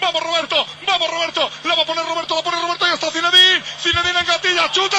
Vamos Roberto, la va a poner Roberto, la pone Roberto y está Zinedine en gatilla, chuta.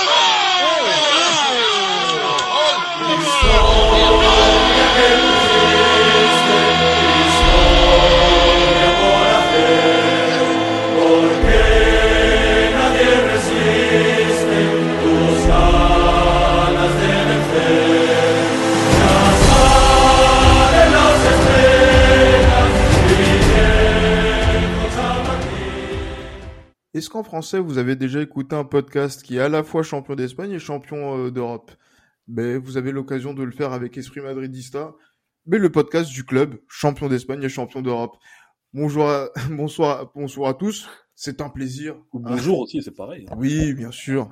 Est-ce qu'en français, vous avez déjà écouté un podcast qui est à la fois champion d'Espagne et champion d'Europe? Vous avez l'occasion de le faire avec Esprit Madridista, mais le podcast du club, champion d'Espagne et champion d'Europe. Bonsoir à tous, c'est un plaisir. Ou bonjour aussi, c'est pareil. Oui, bien sûr.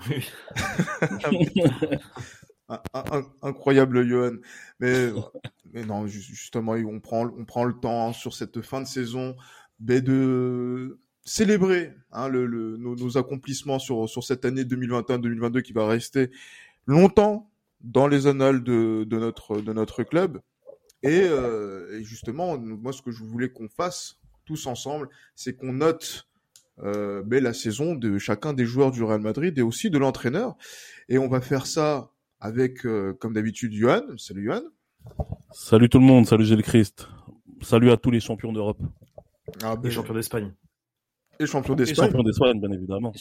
Incroyable, Johan. Mais non, justement, on prend le temps sur cette fin de saison de célébrer nos accomplissements sur cette année 2021-2022 qui va rester longtemps dans les annales de notre club. Et justement, moi, ce que je voulais qu'on fasse tous ensemble, c'est qu'on note la saison de chacun des joueurs du Real Madrid et aussi de l'entraîneur. Et on va faire ça avec, comme d'habitude, Johan. Salut Johan. Salut tout le monde, salut Gilles Christ. Salut à tous les champions d'Europe. Et champions d'Espagne. Et champion d'Espagne. Et champion d'Espagne, bien évidemment.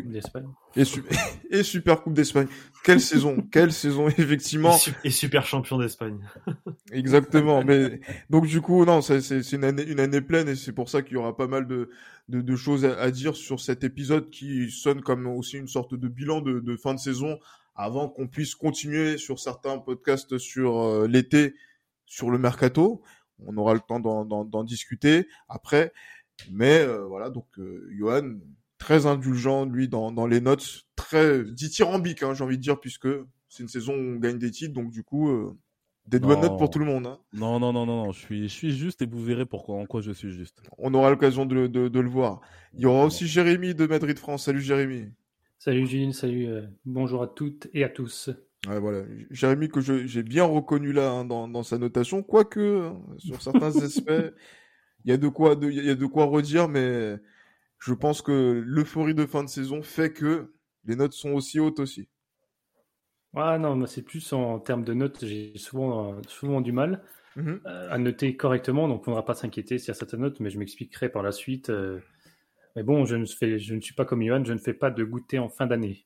Et Super Coupe d'Espagne. Quelle saison, effectivement. Et super champion d'Espagne. Exactement. Mais donc du coup, non, c'est une année pleine et c'est pour ça qu'il y aura pas mal de choses à dire sur cet épisode qui sonne comme aussi une sorte de bilan de fin de saison avant qu'on puisse continuer sur certains podcasts sur l'été, sur le mercato. On aura le temps d'en discuter après. Mais voilà, donc Johan, très indulgent, lui, dans les notes, très dithyrambique, j'ai envie de dire, puisque c'est une saison où on gagne des titres, donc du coup, des bonnes notes pour tout le monde. Hein. Non, je suis juste et vous verrez en quoi je suis juste. On aura l'occasion de le voir. Il y aura aussi Jérémy de Madrid France. Salut Jérémy. Salut Gilles, salut, bonjour à toutes et à tous. Ouais, voilà, Jérémy que j'ai bien reconnu là dans sa notation, quoique sur certains aspects... Il y a de quoi redire, mais je pense que l'euphorie de fin de saison fait que les notes sont aussi hautes aussi. Ah non, moi c'est plus en termes de notes, j'ai souvent du mal à noter correctement, donc on ne va pas s'inquiéter s'il y a certaines notes, mais je m'expliquerai par la suite. Mais bon, je ne suis pas comme Johan, je ne fais pas de goûter en fin d'année.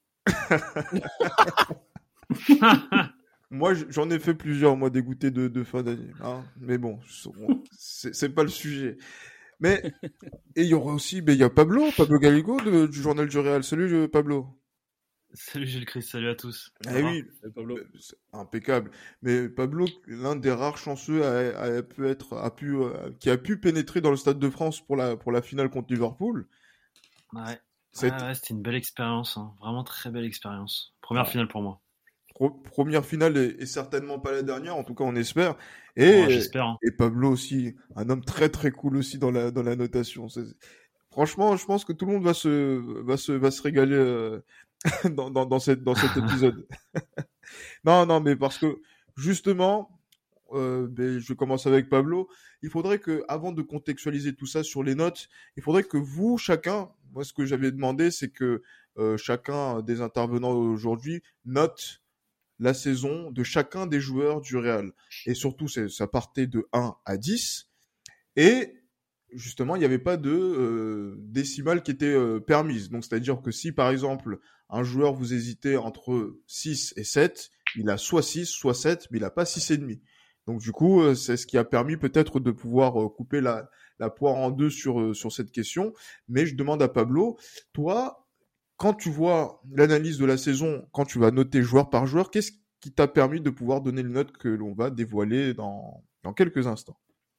Moi, j'en ai fait plusieurs, des goûters de fin d'année. Hein. Mais bon, c'est pas le sujet. Mais, et il y aura aussi, il y a Pablo Gallego du Journal du Real. Salut Pablo. Salut Gilles Christ, salut à tous. Oui, Pablo. C'est impeccable. Mais Pablo, l'un des rares chanceux qui a pu pénétrer dans le Stade de France pour la finale contre Liverpool. Ouais, c'était une belle expérience, vraiment très belle expérience. Première finale pour moi. Première finale et certainement pas la dernière, en tout cas on espère. Et, j'espère. Et Pablo aussi, un homme très très cool aussi dans la notation. Franchement, je pense que tout le monde va se régaler dans cet épisode. Non, mais parce que justement, je commence avec Pablo. Il faudrait que, avant de contextualiser tout ça sur les notes, il faudrait que vous, chacun, moi ce que j'avais demandé, c'est que chacun des intervenants aujourd'hui note la saison de chacun des joueurs du Real. Et surtout, ça partait de 1 à 10. Et justement, il n'y avait pas de décimale qui était permise. Donc, c'est-à-dire que si, par exemple, un joueur vous hésitez entre 6 et 7, il a soit 6, soit 7, mais il n'a pas 6,5. Donc, du coup, c'est ce qui a permis peut-être de pouvoir couper la poire en deux sur cette question. Mais je demande à Pablo, toi, quand tu vois l'analyse de la saison, quand tu vas noter joueur par joueur, qu'est-ce qui t'a permis de pouvoir donner le note que l'on va dévoiler dans quelques instants?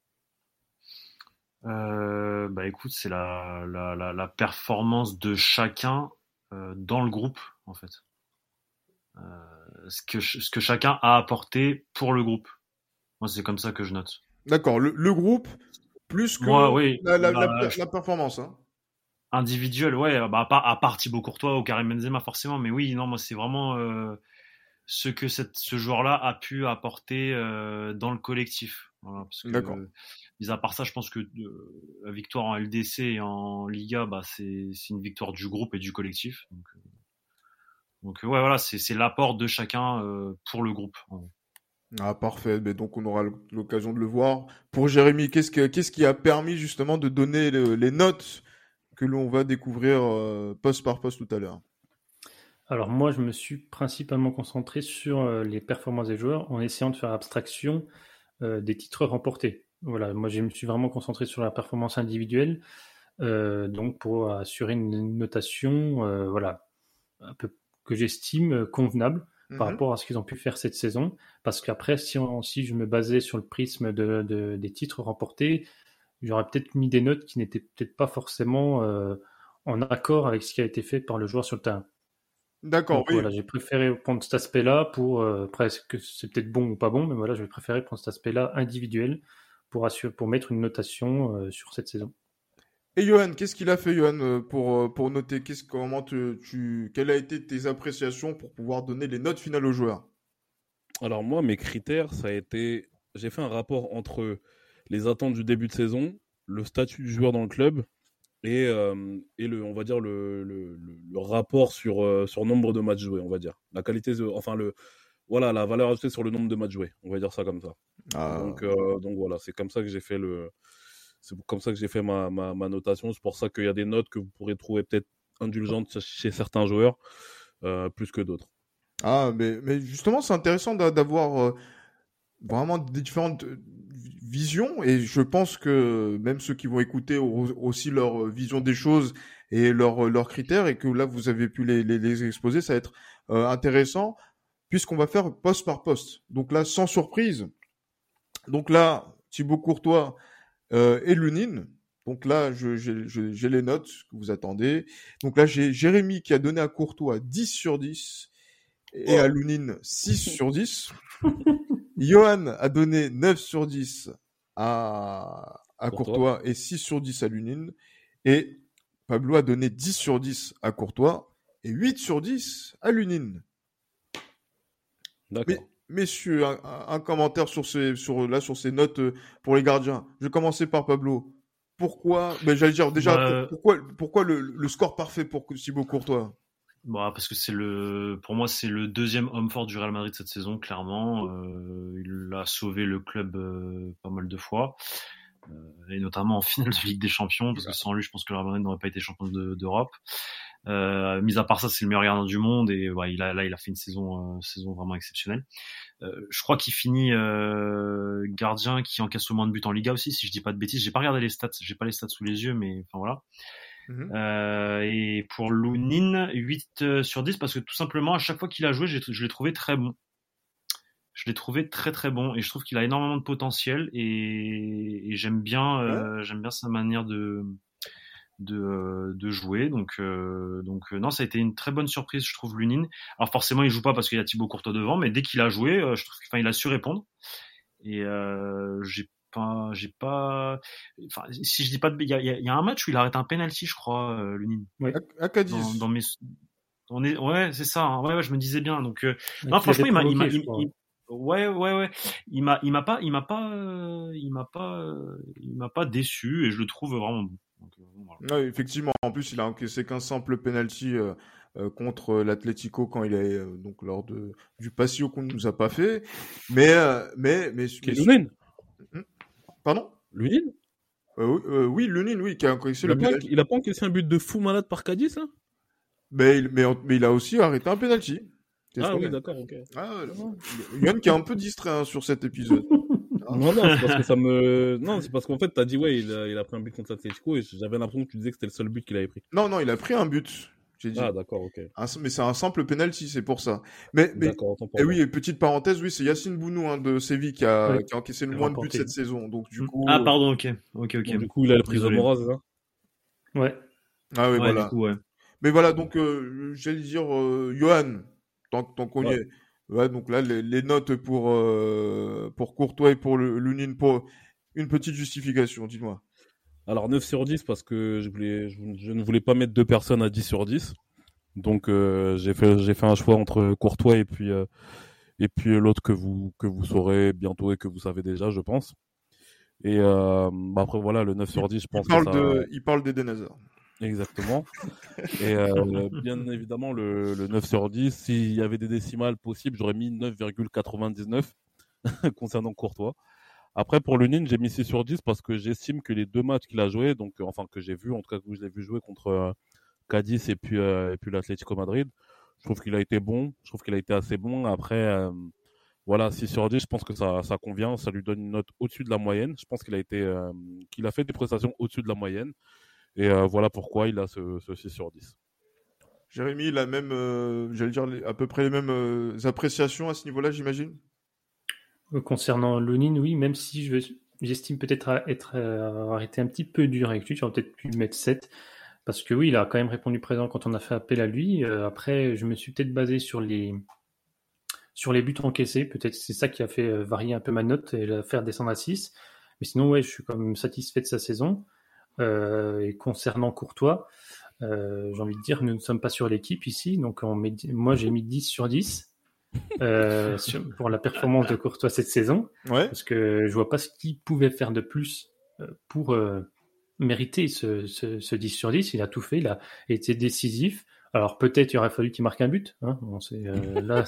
Écoute, c'est la performance de chacun dans le groupe, en fait. Ce que chacun a apporté pour le groupe. Moi, c'est comme ça que je note. D'accord, le groupe plus que la performance, hein. Individuel, ouais, à part Thibaut Courtois ou Karim Benzema forcément, mais oui, non, moi c'est vraiment ce que ce joueur-là a pu apporter dans le collectif. Voilà, parce que, d'accord. mis à part ça, je pense que la victoire en LDC et en Liga, c'est une victoire du groupe et du collectif. Donc ouais, voilà, c'est l'apport de chacun pour le groupe. Ah, parfait. Mais donc, on aura l'occasion de le voir. Pour Jérémy, qu'est-ce qui a permis justement de donner les notes que l'on va découvrir poste par poste tout à l'heure? Alors moi, je me suis principalement concentré sur les performances des joueurs en essayant de faire abstraction des titres remportés. Voilà, moi je me suis vraiment concentré sur la performance individuelle, donc pour assurer une notation, voilà, un peu que j'estime convenable par rapport à ce qu'ils ont pu faire cette saison. Parce qu'après, si je me basais sur le prisme des titres remportés, j'aurais peut-être mis des notes qui n'étaient peut-être pas forcément en accord avec ce qui a été fait par le joueur sur le terrain. D'accord, Donc oui. voilà, j'ai préféré prendre cet aspect-là pour, après, que c'est peut-être bon ou pas bon, mais voilà, je vais préférer prendre cet aspect-là individuel pour mettre une notation sur cette saison. Et Johan, qu'est-ce qu'il a fait, Johan, pour noter? Quelles a été tes appréciations pour pouvoir donner les notes finales aux joueurs? Alors moi, mes critères, j'ai fait un rapport entre les attentes du début de saison, le statut du joueur dans le club et on va dire le rapport sur nombre de matchs joués, on va dire. La qualité, la valeur ajoutée sur le nombre de matchs joués, on va dire ça comme ça. Ah. Donc voilà, c'est comme ça que j'ai fait ma notation. C'est pour ça qu'il y a des notes que vous pourrez trouver peut-être indulgentes chez certains joueurs, plus que d'autres. Ah, mais justement, c'est intéressant d'avoir vraiment des différentes visions, et je pense que même ceux qui vont écouter auront aussi leur vision des choses et leurs critères, et que là, vous avez pu les exposer. Ça va être intéressant, puisqu'on va faire poste par poste. Donc là, sans surprise. Donc là, Thibaut Courtois et Lunin. Donc là, j'ai les notes que vous attendez. Donc là, j'ai Jérémy qui a donné à Courtois 10 sur 10 et à Lunin 6 sur 10. Johan a donné 9 sur 10 à Courtois et 6 sur 10 à Lunin. Et Pablo a donné 10 sur 10 à Courtois et 8 sur 10 à Lunin. D'accord. Messieurs, un commentaire sur ces notes pour les gardiens. Je vais commencer par Pablo. Pourquoi, j'allais dire déjà, pourquoi le score parfait pour Thibaut Courtois? Parce que pour moi, c'est le deuxième homme fort du Real Madrid cette saison, clairement. Il a sauvé le club pas mal de fois, et notamment en finale de Ligue des Champions, parce que sans lui, je pense que le Real Madrid n'aurait pas été champion d'Europe. Mis à part ça, c'est le meilleur gardien du monde, et il a fait une saison vraiment exceptionnelle. Je crois qu'il finit gardien qui encaisse le moins de buts en Liga aussi, si je dis pas de bêtises. J'ai pas regardé les stats, j'ai pas les stats sous les yeux, mais enfin voilà. Et pour Lunin, 8 sur 10, parce que tout simplement, à chaque fois qu'il a joué, je l'ai trouvé très bon. Je l'ai trouvé très très bon, et je trouve qu'il a énormément de potentiel, et j'aime bien sa manière de jouer. Donc non, ça a été une très bonne surprise, je trouve, Lunin. Alors forcément, il joue pas parce qu'il y a Thibaut Courtois devant, mais dès qu'il a joué, je trouve qu'il a su répondre. Et si je dis pas de, il y a un match où il arrête un penalty, je crois, Lunin. Oui. À Cadiz. Ouais, c'est ça. Hein. Ouais, je me disais bien. Donc non, franchement, il m'a pas déçu, et je le trouve vraiment bon. Donc, voilà. Ouais, effectivement, en plus il a encaissé qu'un simple penalty contre l'Atlético quand il est donc lors du patio qu'on ne nous a pas fait, mais Lunin. Pardon? Lunin? Oui, Lunin, oui, qui a encaissé le penalty. Il a pas encaissé un but de fou malade par Cadiz, là? Mais il a aussi arrêté un penalty. Ah oui, d'accord, ok. Yann qui est un peu distrait sur cet épisode. Non, c'est parce qu'en fait, t'as dit, ouais, il a pris un but contre l'Atlético, et j'avais l'impression que tu disais que c'était le seul but qu'il avait pris. Non, il a pris un but. J'ai dit. Ah, d'accord, ok. Mais c'est un simple penalty, c'est pour ça. Mais oui, petite parenthèse, oui, c'est Yacine Bounou de Séville qui a encaissé le moins de buts cette saison. Donc, du coup. Ah, pardon, ok. Donc, du coup, il a pris Zamora, c'est ça? Ouais. Ah, oui, voilà. Du coup, ouais. Mais voilà, donc, j'allais dire, Johan, tant qu'on y est. Ouais, donc là, les notes pour Courtois et pour Lunin, pour une petite justification, dis-moi. Alors, 9 sur 10, parce que je ne voulais pas mettre deux personnes à 10 sur 10. Donc, j'ai fait un choix entre Courtois et puis l'autre que vous saurez bientôt et que vous savez déjà, je pense. Et après, voilà, le 9 sur 10, je pense il parle d'Eden Hazard. Exactement. Et bien évidemment, le 9 sur 10, s'il y avait des décimales possibles, j'aurais mis 9,99 concernant Courtois. Après, pour le Nîmes, j'ai mis 6 sur 10 parce que j'estime que les 2 matchs qu'il a joués, donc enfin que j'ai vu, en tout cas que je l'ai vu jouer contre Cadiz et puis l'Atlético Madrid, je trouve qu'il a été bon, je trouve qu'il a été assez bon. Après, voilà, 6 sur 10, je pense que ça convient, ça lui donne une note au-dessus de la moyenne. Je pense qu'il a fait des prestations au-dessus de la moyenne. Et voilà pourquoi il a ce 6 sur 10. Jérémy, il a même, j'allais dire, à peu près les mêmes appréciations à ce niveau-là, j'imagine. Concernant Lonin, oui, même si j'estime peut-être avoir été un petit peu dur avec lui, j'aurais peut-être pu mettre 7, parce que oui, il a quand même répondu présent quand on a fait appel à lui. Après, je me suis peut-être basé sur les buts encaissés, peut-être c'est ça qui a fait varier un peu ma note et la faire descendre à 6. Mais sinon, ouais, je suis quand même satisfait de sa saison. Et concernant Courtois, j'ai envie de dire, nous ne sommes pas sur l'équipe ici, donc moi j'ai mis 10 sur 10. Pour la performance de Courtois cette saison, parce que je vois pas ce qu'il pouvait faire de plus pour mériter ce 10 sur 10. Il a tout fait, il a été décisif. Alors peut-être il aurait fallu qu'il marque un but, hein. Bon, c'est là.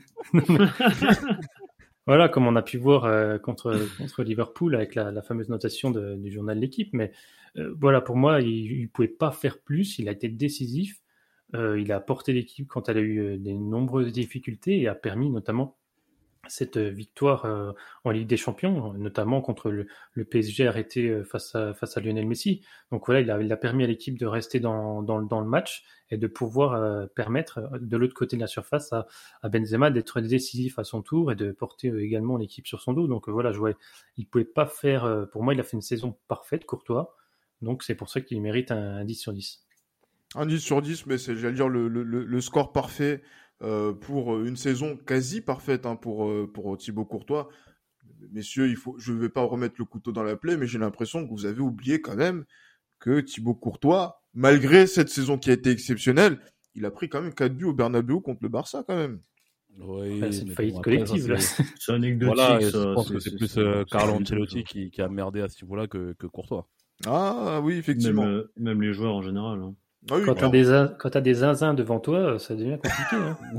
Voilà, comme on a pu voir contre Liverpool avec la fameuse notation du journal L'Équipe. Mais voilà, pour moi, il pouvait pas faire plus. Il a été décisif. Il a porté l'équipe quand elle a eu des nombreuses difficultés et a permis notamment cette victoire en Ligue des Champions, notamment contre le PSG arrêté face à Lionel Messi. Donc voilà, il a permis à l'équipe de rester dans le match et de pouvoir permettre de l'autre côté de la surface à Benzema d'être décisif à son tour et de porter également l'équipe sur son dos. Donc voilà, il pouvait pas faire, pour moi il a fait une saison parfaite, Courtois, donc c'est pour ça qu'il mérite un 10 sur 10. Un 10 sur 10, mais c'est, j'allais dire, le score parfait pour une saison quasi parfaite pour Thibaut Courtois. Messieurs, je ne vais pas remettre le couteau dans la plaie, mais j'ai l'impression que vous avez oublié quand même que Thibaut Courtois, malgré cette saison qui a été exceptionnelle, il a pris quand même 4 buts au Bernabéu contre le Barça quand même. Oui, c'est une faillite collective, là. C'est anecdotique. Voilà, je pense que c'est plus Carlo Ancelotti qui a merdé à ce niveau-là que Courtois. Ah oui, effectivement. Même les joueurs en général. Hein. Ah oui, quand t'as des zinzins devant toi, ça devient compliqué.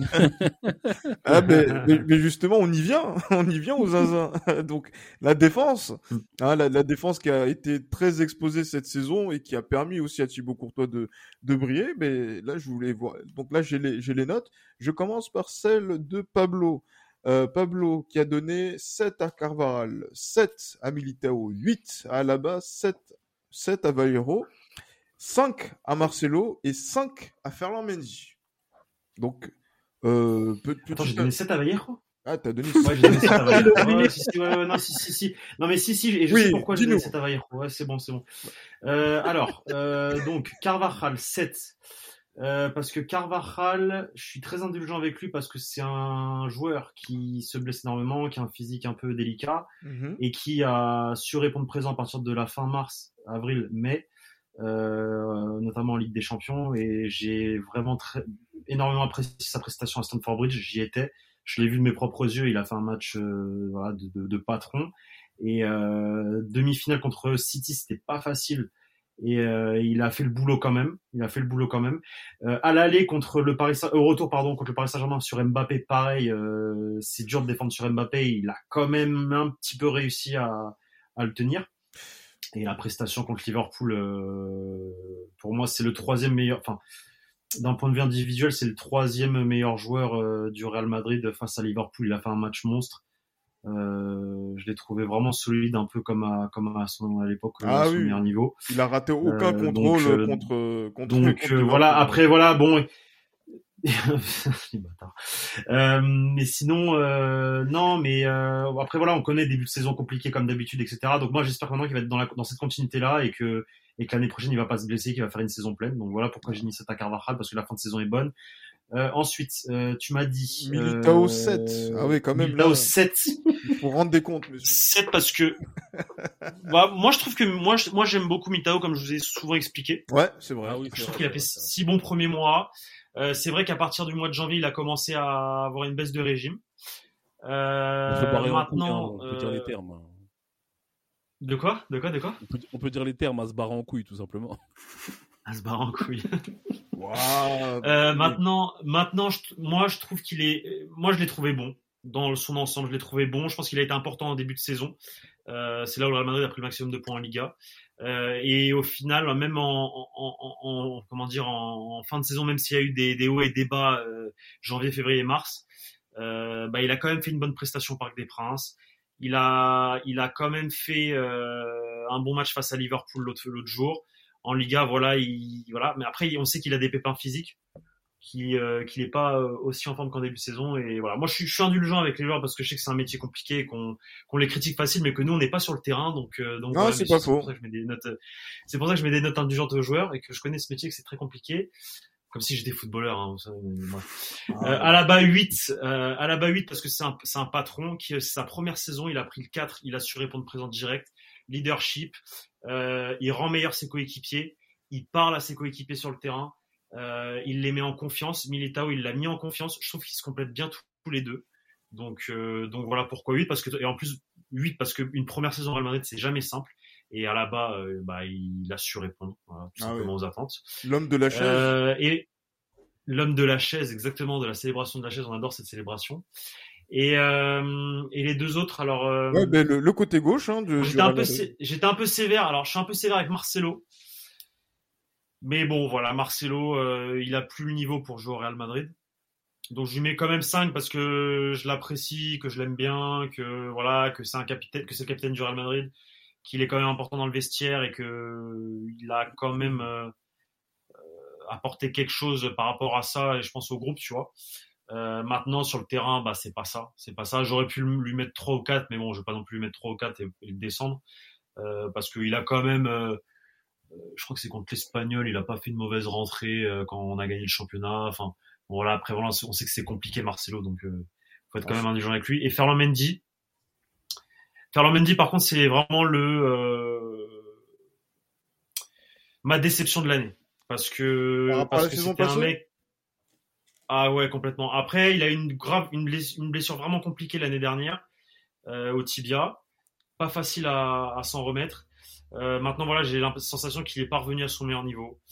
Hein. mais justement, on y vient aux zinzins. Donc la défense, la défense qui a été très exposée cette saison et qui a permis aussi à Thibaut Courtois de briller. Mais là, je voulais voir. Donc là, j'ai les notes. Je commence par celle de Pablo. Pablo qui a donné 7 à Carvajal, 7 à Militao, 8 à Alaba, 7 à Valero, 5 à Marcelo et 5 à Ferland Mendy. Donc, Attends, j'ai donné 7 à Valero. Ah, t'as donné 7 j'ai donné 7 à Valero. Si. Non, mais si, et je sais pourquoi j'ai donné 7 à Valero. Ouais, c'est bon. Alors, donc, Carvajal, 7. Parce que Carvajal, je suis très indulgent avec lui parce que c'est un joueur qui se blesse énormément, qui a un physique un peu délicat et qui a su répondre présent à partir de la fin mars, avril, mai, notamment en Ligue des Champions, et j'ai vraiment énormément apprécié sa prestation à Stamford Bridge. J'y étais, je l'ai vu de mes propres yeux, il a fait un match de patron, et demi-finale contre City, c'était pas facile. Et il a fait le boulot quand même. À l'aller contre le retour contre le Paris Saint-Germain sur Mbappé, pareil. C'est dur de défendre sur Mbappé. Il a quand même un petit peu réussi à le tenir. Et la prestation contre Liverpool, pour moi, c'est le 3e meilleur. Enfin, d'un point de vue individuel, c'est le 3e meilleur joueur du Real Madrid face à Liverpool. Il a fait un match monstre. Je l'ai trouvé vraiment solide, un peu comme à l'époque, à son meilleur niveau. Il a raté aucun contrôle contre. Donc voilà. Après voilà, bon. Mais sinon, non. Mais après voilà, on connaît début de saison compliqué comme d'habitude, etc. Donc moi, j'espère maintenant qu'il va être dans cette continuité-là et que l'année prochaine, il va pas se blesser, qu'il va faire une saison pleine. Donc voilà pourquoi j'ai mis 7 à Carvajal, parce que la fin de saison est bonne. Ensuite, tu m'as dit Militao 7. Ah oui, quand même. Militao 7. Il faut rendre des comptes, monsieur. 7 parce que moi je trouve que moi j'aime beaucoup Militao, comme je vous ai souvent expliqué. Ouais, c'est vrai. Ah oui, je trouve qu'il a fait 6 bons premiers mois. C'est vrai qu'à partir du mois de janvier, il a commencé à avoir une baisse de régime. Maintenant, on peut dire les termes. De quoi On peut dire les termes, à se barrer en couille, tout simplement. À se barrer en couille. Waouh. Maintenant, moi, je trouve moi, je l'ai trouvé bon. Dans son ensemble, je l'ai trouvé bon. Je pense qu'il a été important en début de saison. C'est là où le Real Madrid a pris le maximum de points en Liga. Et au final, même en fin de saison, même s'il y a eu des hauts et des bas, janvier, février, mars, il a quand même fait une bonne prestation au Parc des Princes. Il a quand même fait un bon match face à Liverpool l'autre jour. En Liga, voilà. Mais après, on sait qu'il a des pépins physiques, qu'il n'est pas aussi en forme qu'en début de saison. Et voilà. Moi, je suis indulgent avec les joueurs parce que je sais que c'est un métier compliqué, qu'on les critique facile, mais que nous, on n'est pas sur le terrain. Donc Non, voilà, c'est pas faux. C'est pour ça que je mets des notes indulgentes aux joueurs et que je connais ce métier, que c'est très compliqué. Comme si j'étais footballeur, hein, vous savez, Alaba 8, parce que c'est un patron qui, sa première saison, il a pris le 4, il a su répondre présent direct, leadership, il rend meilleur ses coéquipiers, il parle à ses coéquipiers sur le terrain, il les met en confiance. Militao, il l'a mis en confiance. Je trouve qu'ils se complètent bien tous les deux. Donc voilà pourquoi 8, et en plus 8 parce qu'une première saison au Real Madrid, c'est jamais simple. Et Alaba, il a su répondre, voilà, tout simplement aux attentes. L'homme de la chaise. Et l'homme de la chaise, exactement, de la célébration de la chaise. On adore cette célébration. Et les deux autres, alors. Le côté gauche, hein, j'étais un peu sévère. Alors, je suis un peu sévère avec Marcelo. Mais bon, voilà, Marcelo, il a plus le niveau pour jouer au Real Madrid. Donc, je lui mets quand même 5 parce que je l'apprécie, que je l'aime bien, que c'est le capitaine du Real Madrid, qu'il est quand même important dans le vestiaire et que il a quand même apporté quelque chose par rapport à ça, et je pense au groupe, tu vois. Maintenant, sur le terrain, c'est pas ça. J'aurais pu lui mettre 3 ou 4, mais bon, je vais pas non plus lui mettre 3 ou 4 et le descendre, parce qu'il a quand même, je crois que c'est contre l'Espagnol, il a pas fait une mauvaise rentrée quand on a gagné le championnat. Enfin, bon, voilà, après, voilà, on sait que c'est compliqué, Marcelo, donc faut être quand même indulgent avec lui. Et Ferland Mendy, par contre, c'est vraiment ma déception de l'année. Parce que c'était un mec. Ah ouais, complètement. Après, il a une blessure vraiment compliquée l'année dernière, au tibia. Pas facile à s'en remettre. Maintenant, voilà, j'ai la sensation qu'il est pas revenu à son meilleur niveau.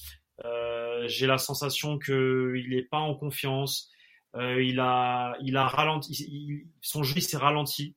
J'ai la sensation qu'il est pas en confiance. Il a ralenti. Son jeu, il s'est ralenti.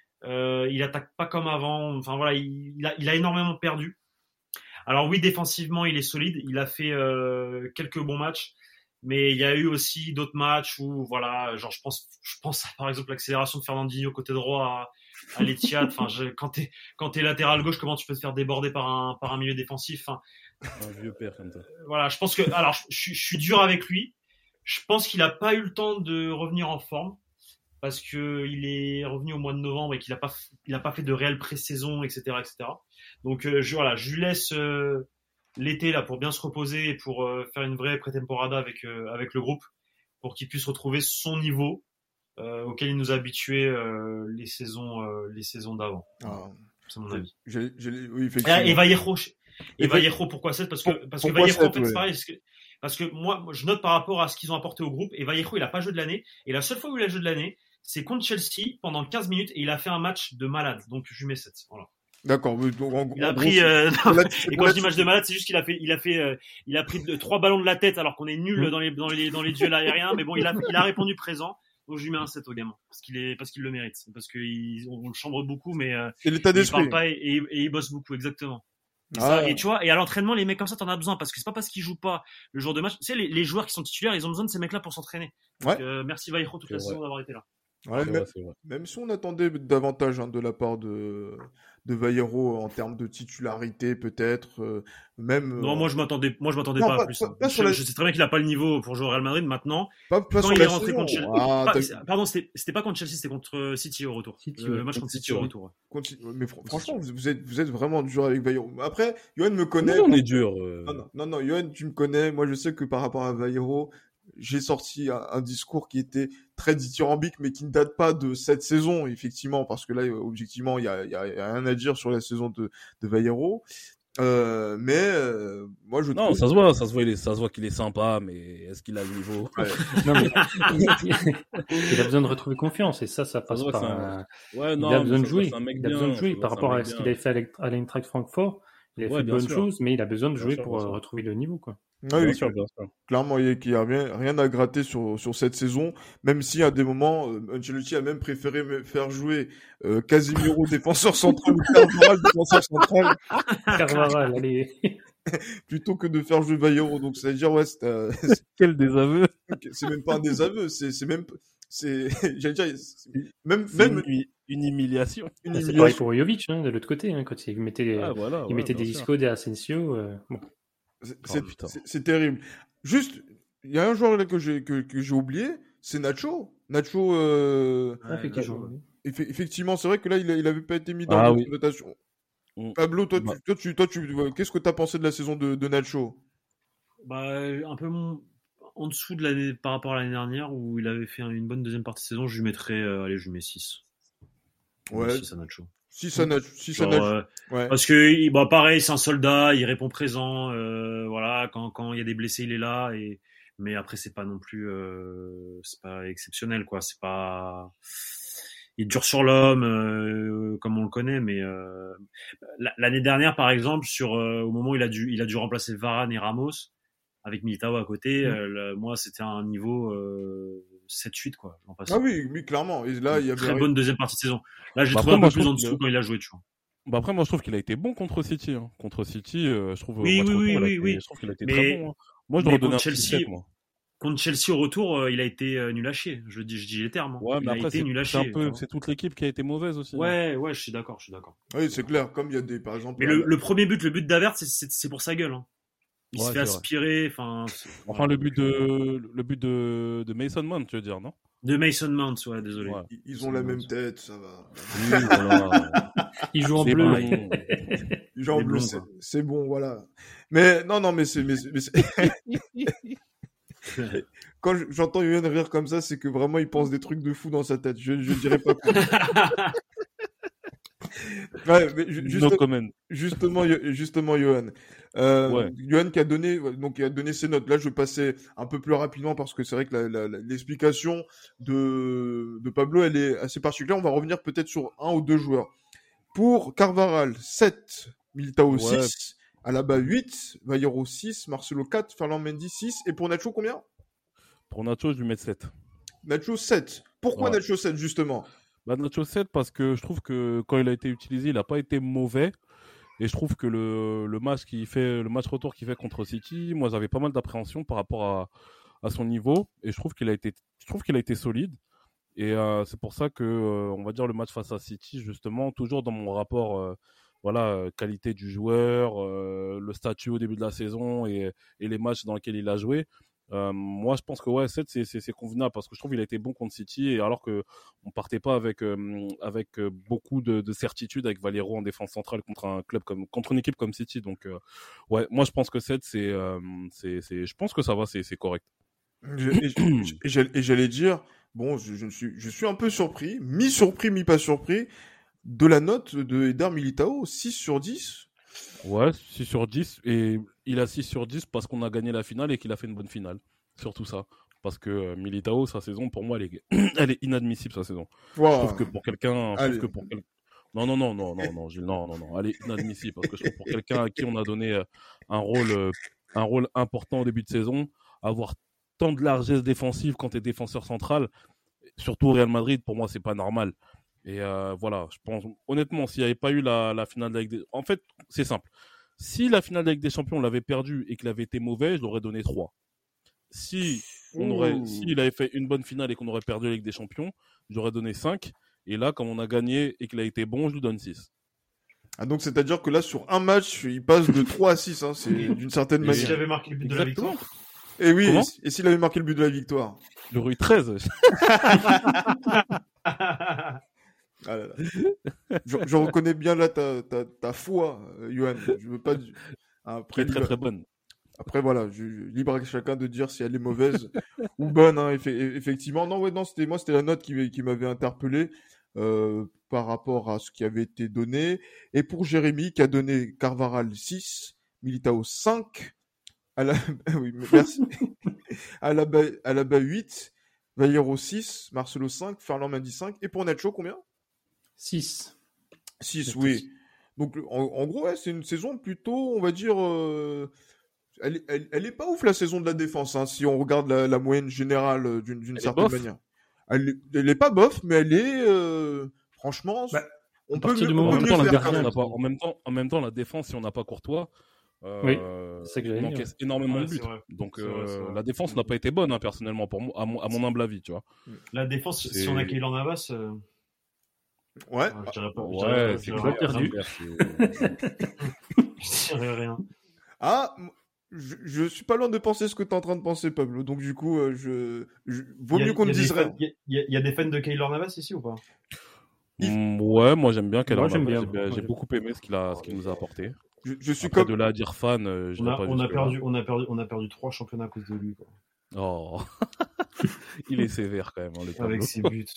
Il attaque pas comme avant. Enfin voilà, il a énormément perdu. Alors oui, défensivement, il est solide. Il a fait quelques bons matchs, mais il y a eu aussi d'autres matchs où voilà, genre je pense à, par exemple, l'accélération de Fernandinho côté droit à l'Etihad. Enfin, quand t'es latéral gauche, comment tu peux te faire déborder par un milieu défensif? Enfin, un vieux père comme ça. Voilà, je pense que alors je suis dur avec lui. Je pense qu'il a pas eu le temps de revenir en forme, parce que il est revenu au mois de novembre et qu'il a pas fait de réelle pré-saison, etc., etc. Donc je lui laisse l'été là pour bien se reposer et pour faire une vraie pré-temporada avec le groupe, pour qu'il puisse retrouver son niveau auquel il nous a habitués les saisons d'avant. C'est mon avis. Oui, effectivement. Et Vallejo, pourquoi 7? Parce que Vallejo, en fait, c'est pareil. Parce que moi, je note par rapport à ce qu'ils ont apporté au groupe, et Vallejo, il a pas joué de l'année. Et la seule fois où il a joué de l'année, c'est contre Chelsea pendant 15 minutes, et il a fait un match de malade. Donc, je lui mets 7. Voilà. D'accord. Il a pris, et quand je dis match de malade, c'est juste qu'il a pris 3 ballons de la tête, alors qu'on est nul dans les duels aériens. Mais bon, il a répondu présent. Donc, je lui mets un 7 au gamin. Parce qu'il le mérite. Parce qu'on le chambre beaucoup, mais, il parle pas et il bosse beaucoup, exactement. Et tu vois, et à l'entraînement, les mecs comme ça, t'en as besoin, parce que c'est pas parce qu'ils jouent pas le jour de match. Tu sais, les joueurs qui sont titulaires, ils ont besoin de ces mecs-là pour s'entraîner. Ouais. Donc, merci Vallejo toute la saison d'avoir été là. Ouais, même si on attendait davantage de la part de Vallejo en termes de titularité, peut-être, même. Non, moi je m'attendais pas à plus. Je sais très bien qu'il a pas le niveau pour jouer au Real Madrid maintenant. Quand il est rentré contre Chelsea. Pardon, c'était pas contre Chelsea, c'était contre City au retour. Le match contre City au retour. Mais franchement, vous êtes vraiment dur avec Vallejo. Après, Yoann me connaît. On est dur. Non, Yoann, tu me connais. Moi, je sais que par rapport à Vallejo, j'ai sorti un discours qui était très dithyrambique, mais qui ne date pas de cette saison, effectivement, parce que là, objectivement, il y a rien à dire sur la saison de Vallejo. Moi, je Non, trouve... ça se voit qu'il est sympa, mais est-ce qu'il a le niveau? Ouais. Non, mais il a besoin de retrouver confiance et ça passe voit que par. Ouais, Il non, a mais besoin de ça se voit que jouer. c'est un mec Il a besoin de bien, jouer ça se par voit que c'est un rapport à mec ce qu'il bien. avait fait à l'Eintracht Francfort. Il a Ouais, fait de bien bonnes sûr. choses, mais il a besoin de Bien jouer sûr, pour bien sûr. retrouver le niveau, quoi. Ah Bien oui, sûr, bien sûr. clairement, il n'y a rien à gratter sur cette saison, même si à des moments, Ancelotti a même préféré faire jouer Casemiro défenseur central ou Carvajal défenseur central Carvajal, allez. plutôt que de faire jouer Bayer. Donc c'est-à-dire, ouais, Quel désaveu. c'est même pas un désaveu, j'allais dire, même Une humiliation. une C'est pareil humiliation. pour Jovic, de l'autre côté, quand il mettait, Ah, voilà, il mettait bien des sûr. Isco, des Asensio. Bon. Putain. C'est terrible. Juste, il y a un joueur là que j'ai oublié, c'est Nacho. Nacho, Effectivement. effectivement, c'est vrai que là, il avait pas été mis dans Ah notre oui. notation. Mm. Pablo, toi, Bah. qu'est-ce que t'as pensé de la saison de Nacho? Un peu en dessous de l'année par rapport à l'année dernière où il avait fait une bonne deuxième partie de saison. Je lui mettrais, je lui mets 6. Ouais. 6 à Nacho. 6 à Nacho. Ouais. Parce que pareil, c'est un soldat, il répond présent. Voilà, quand il y a des blessés, il est là. Mais après, c'est pas non plus, c'est pas exceptionnel, quoi. C'est pas, il dure sur l'homme, comme on le connaît. Mais l'année dernière, par exemple, au moment où il a dû remplacer Varane et Ramos avec Militao à côté, moi, c'était un niveau 7-8, quoi. Ah oui, clairement. Et là, il y avait très bonne deuxième partie de saison. Là, j'ai Bah, trouvé après, un peu plus en dessous quand il a joué, tu vois. Bah après, moi, je trouve qu'il a été bon contre City. Hein. Contre City, je trouve Oui. je trouve qu'il a été très bon. Hein. Moi, je lui aurais donné un petit 7, moi. Contre Chelsea au retour, il a été nul à chier. Je dis les termes. Hein. Ouais, mais il après, a été nul à chier. c'est toute l'équipe qui a été mauvaise aussi. Ouais, je suis d'accord. Oui, c'est clair. Comme il y a des, par exemple. Mais le premier but, le but d'Havertz, c'est pour sa gueule. Hein. Il se fait aspirer. Enfin, le but de Mason Mount, tu veux dire, non? De Mason Mount, ouais, désolé. Ouais. Ils ont la même tête, ça va. Oui, voilà. Ils jouent en bleu. Ils jouent en bleu, c'est bon, voilà. Mais non, mais c'est... Quand j'entends Yoann rire comme ça, c'est que vraiment il pense des trucs de fou dans sa tête. Je dirais pas plus. Ouais, mais justement, Yoann. Yoann qui a donné ses notes. Là, je passais un peu plus rapidement parce que c'est vrai que l'explication de Pablo, elle est assez particulière. On va revenir peut-être sur un ou deux joueurs. Pour Carvajal, 7, Militao 6, Alaba 8, Bayer 6, Marcelo 4, Ferland Mendy 6. Et pour Nacho, combien? Pour Nacho, je lui mets 7. Nacho 7. Pourquoi Nacho 7, justement? Nacho 7 parce que je trouve que quand il a été utilisé, il n'a pas été mauvais. Et je trouve que le match retour qu'il fait contre City, moi j'avais pas mal d'appréhension par rapport à son niveau. Et je trouve qu'il a été solide. Et c'est pour ça que, on va dire, le match face à City, justement, toujours dans mon rapport, qualité du joueur, le statut au début de la saison et les matchs dans lesquels il a joué. Moi, je pense que 7, c'est convenable parce que je trouve qu'il a été bon contre City et alors que on partait pas avec beaucoup de certitude avec Valero en défense centrale contre une équipe comme City. Donc, moi, je pense que 7, je pense que ça va, c'est correct. Et j'allais dire, bon, je suis un peu surpris, mi pas surpris, de la note de Eder Militao, 6 sur 10. Ouais, 6 sur 10. Et il a 6 sur 10 parce qu'on a gagné la finale et qu'il a fait une bonne finale. Surtout ça. Parce que Militao, sa saison, pour moi, elle est inadmissible, sa saison. Wow. Je trouve que pour quelqu'un... Non, Gilles, non. Elle est inadmissible parce que je trouve pour quelqu'un à qui on a donné un rôle important au début de saison, avoir tant de largesse défensive quand tu es défenseur central, surtout au Real Madrid, pour moi, c'est pas normal. Et voilà, je pense, honnêtement, s'il n'y avait pas eu la finale de la Ligue des... En fait, c'est simple. Si la finale de la Ligue des Champions, on l'avait perdue et qu'il avait été mauvais, je l'aurais donné 3. S'il avait fait une bonne finale et qu'on aurait perdu la Ligue des Champions, j'aurais donné 5. Et là, comme on a gagné et qu'il a été bon, je lui donne 6. Ah, donc c'est-à-dire que là, sur un match, il passe de 3 à 6, hein, c'est d'une certaine manière. Et s'il avait marqué le but de la victoire? Et oui, et s'il avait marqué le but de la victoire? Il aurait eu 13. Ah là là. Je reconnais bien là ta foi, Yoann. Je veux pas. Après, très bonne. Après voilà, libre à chacun de dire si elle est mauvaise ou bonne. Hein, effectivement, c'était la note qui m'avait interpellé. par rapport à ce qui avait été donné. Et pour Jérémy, qui a donné Carvajal 6, Militao 5, oui, merci. Alaba 8, Valero 6, Marcelo 5, Ferland Mendy 5. Et pour Nacho, combien? 6. 6, oui. Donc, en gros, ouais, c'est une saison plutôt, on va dire... Elle est pas ouf, la saison de la défense, hein, si on regarde la moyenne générale d'une certaine manière. Elle est pas bof, mais elle est... franchement, on peut mieux faire. En même temps, la défense, si on n'a pas Courtois... oui, c'est que on encaisse énormément de buts. Donc la défense n'a pas été bonne, hein, personnellement, pour moi, à mon humble avis, tu vois. La défense, si on a Keylor Navas, ouais, je dirais pas. Ouais, c'est clair, perdu. Je dirais rien. Ah, je suis pas loin de penser ce que tu es en train de penser, Pablo. Donc du coup, vaut mieux qu'on ne dise rien. Il y a des fans de Keylor Navas ici ou pas? Ouais, moi j'aime bien Keylor Navas. J'ai beaucoup aimé ce qu'il nous a apporté. Je suis après, comme de là à dire fan, on a perdu 3 championnats à cause de lui, quoi. Oh, il est sévère quand même, hein, le Pablo. Avec ses buts.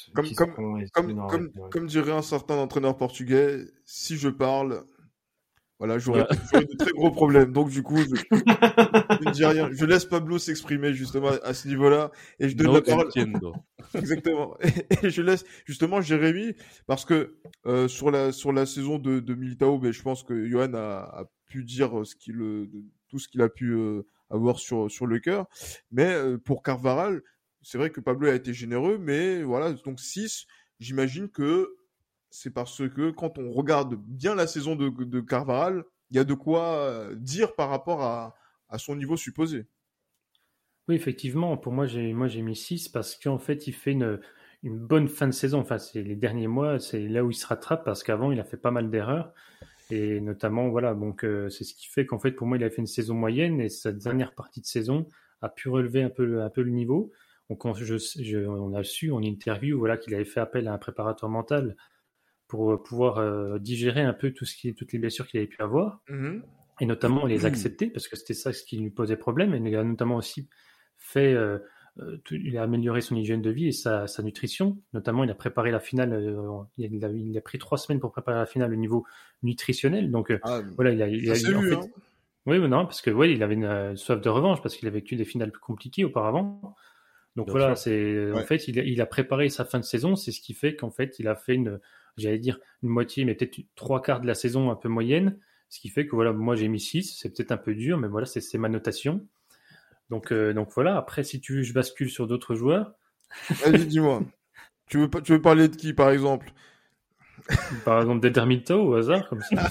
Comme dirait un certain entraîneur portugais, si je parle, voilà, j'aurais de très gros problèmes. Donc du coup, je ne dis rien. Je laisse Pablo s'exprimer justement à ce niveau-là et je donne la parole. Exactement. Et je laisse justement Jérémy parce que sur la saison de Militao, je pense que Johan a pu dire tout ce qu'il a pu avoir sur le cœur. Mais pour Carvajal, c'est vrai que Pablo a été généreux, mais voilà, donc 6, j'imagine que c'est parce que quand on regarde bien la saison de Carvajal, il y a de quoi dire par rapport à son niveau supposé. Oui, effectivement, pour moi j'ai mis 6 parce qu'en fait il fait une bonne fin de saison. Enfin, c'est les derniers mois, c'est là où il se rattrape parce qu'avant il a fait pas mal d'erreurs. Et notamment, voilà, donc c'est ce qui fait qu'en fait, pour moi, il a fait une saison moyenne et sa dernière partie de saison a pu relever un peu le niveau. Donc, on a su en interview, voilà, qu'il avait fait appel à un préparateur mental pour pouvoir digérer un peu toutes les blessures qu'il avait pu avoir, et notamment les accepter, parce que c'était ça ce qui lui posait problème. Et il a notamment aussi fait... il a amélioré son hygiène de vie et sa nutrition. Notamment, il a préparé la finale. Il a pris 3 semaines pour préparer la finale au niveau nutritionnel. Donc, voilà, il a en fait. Hein. Oui, mais non, parce que il avait une soif de revanche parce qu'il a vécu des finales plus compliquées auparavant. Donc bien voilà, sûr. En fait, il a préparé sa fin de saison. C'est ce qui fait qu'en fait, il a fait une moitié, mais peut-être 3/4 de la saison un peu moyenne. Ce qui fait que voilà, moi j'ai mis 6. C'est peut-être un peu dur, mais voilà, c'est ma notation. Donc voilà, après si tu veux je bascule sur d'autres joueurs. Vas-y, dis-moi. Tu veux parler de qui par exemple? Par exemple d'Eder Militao au hasard comme ça.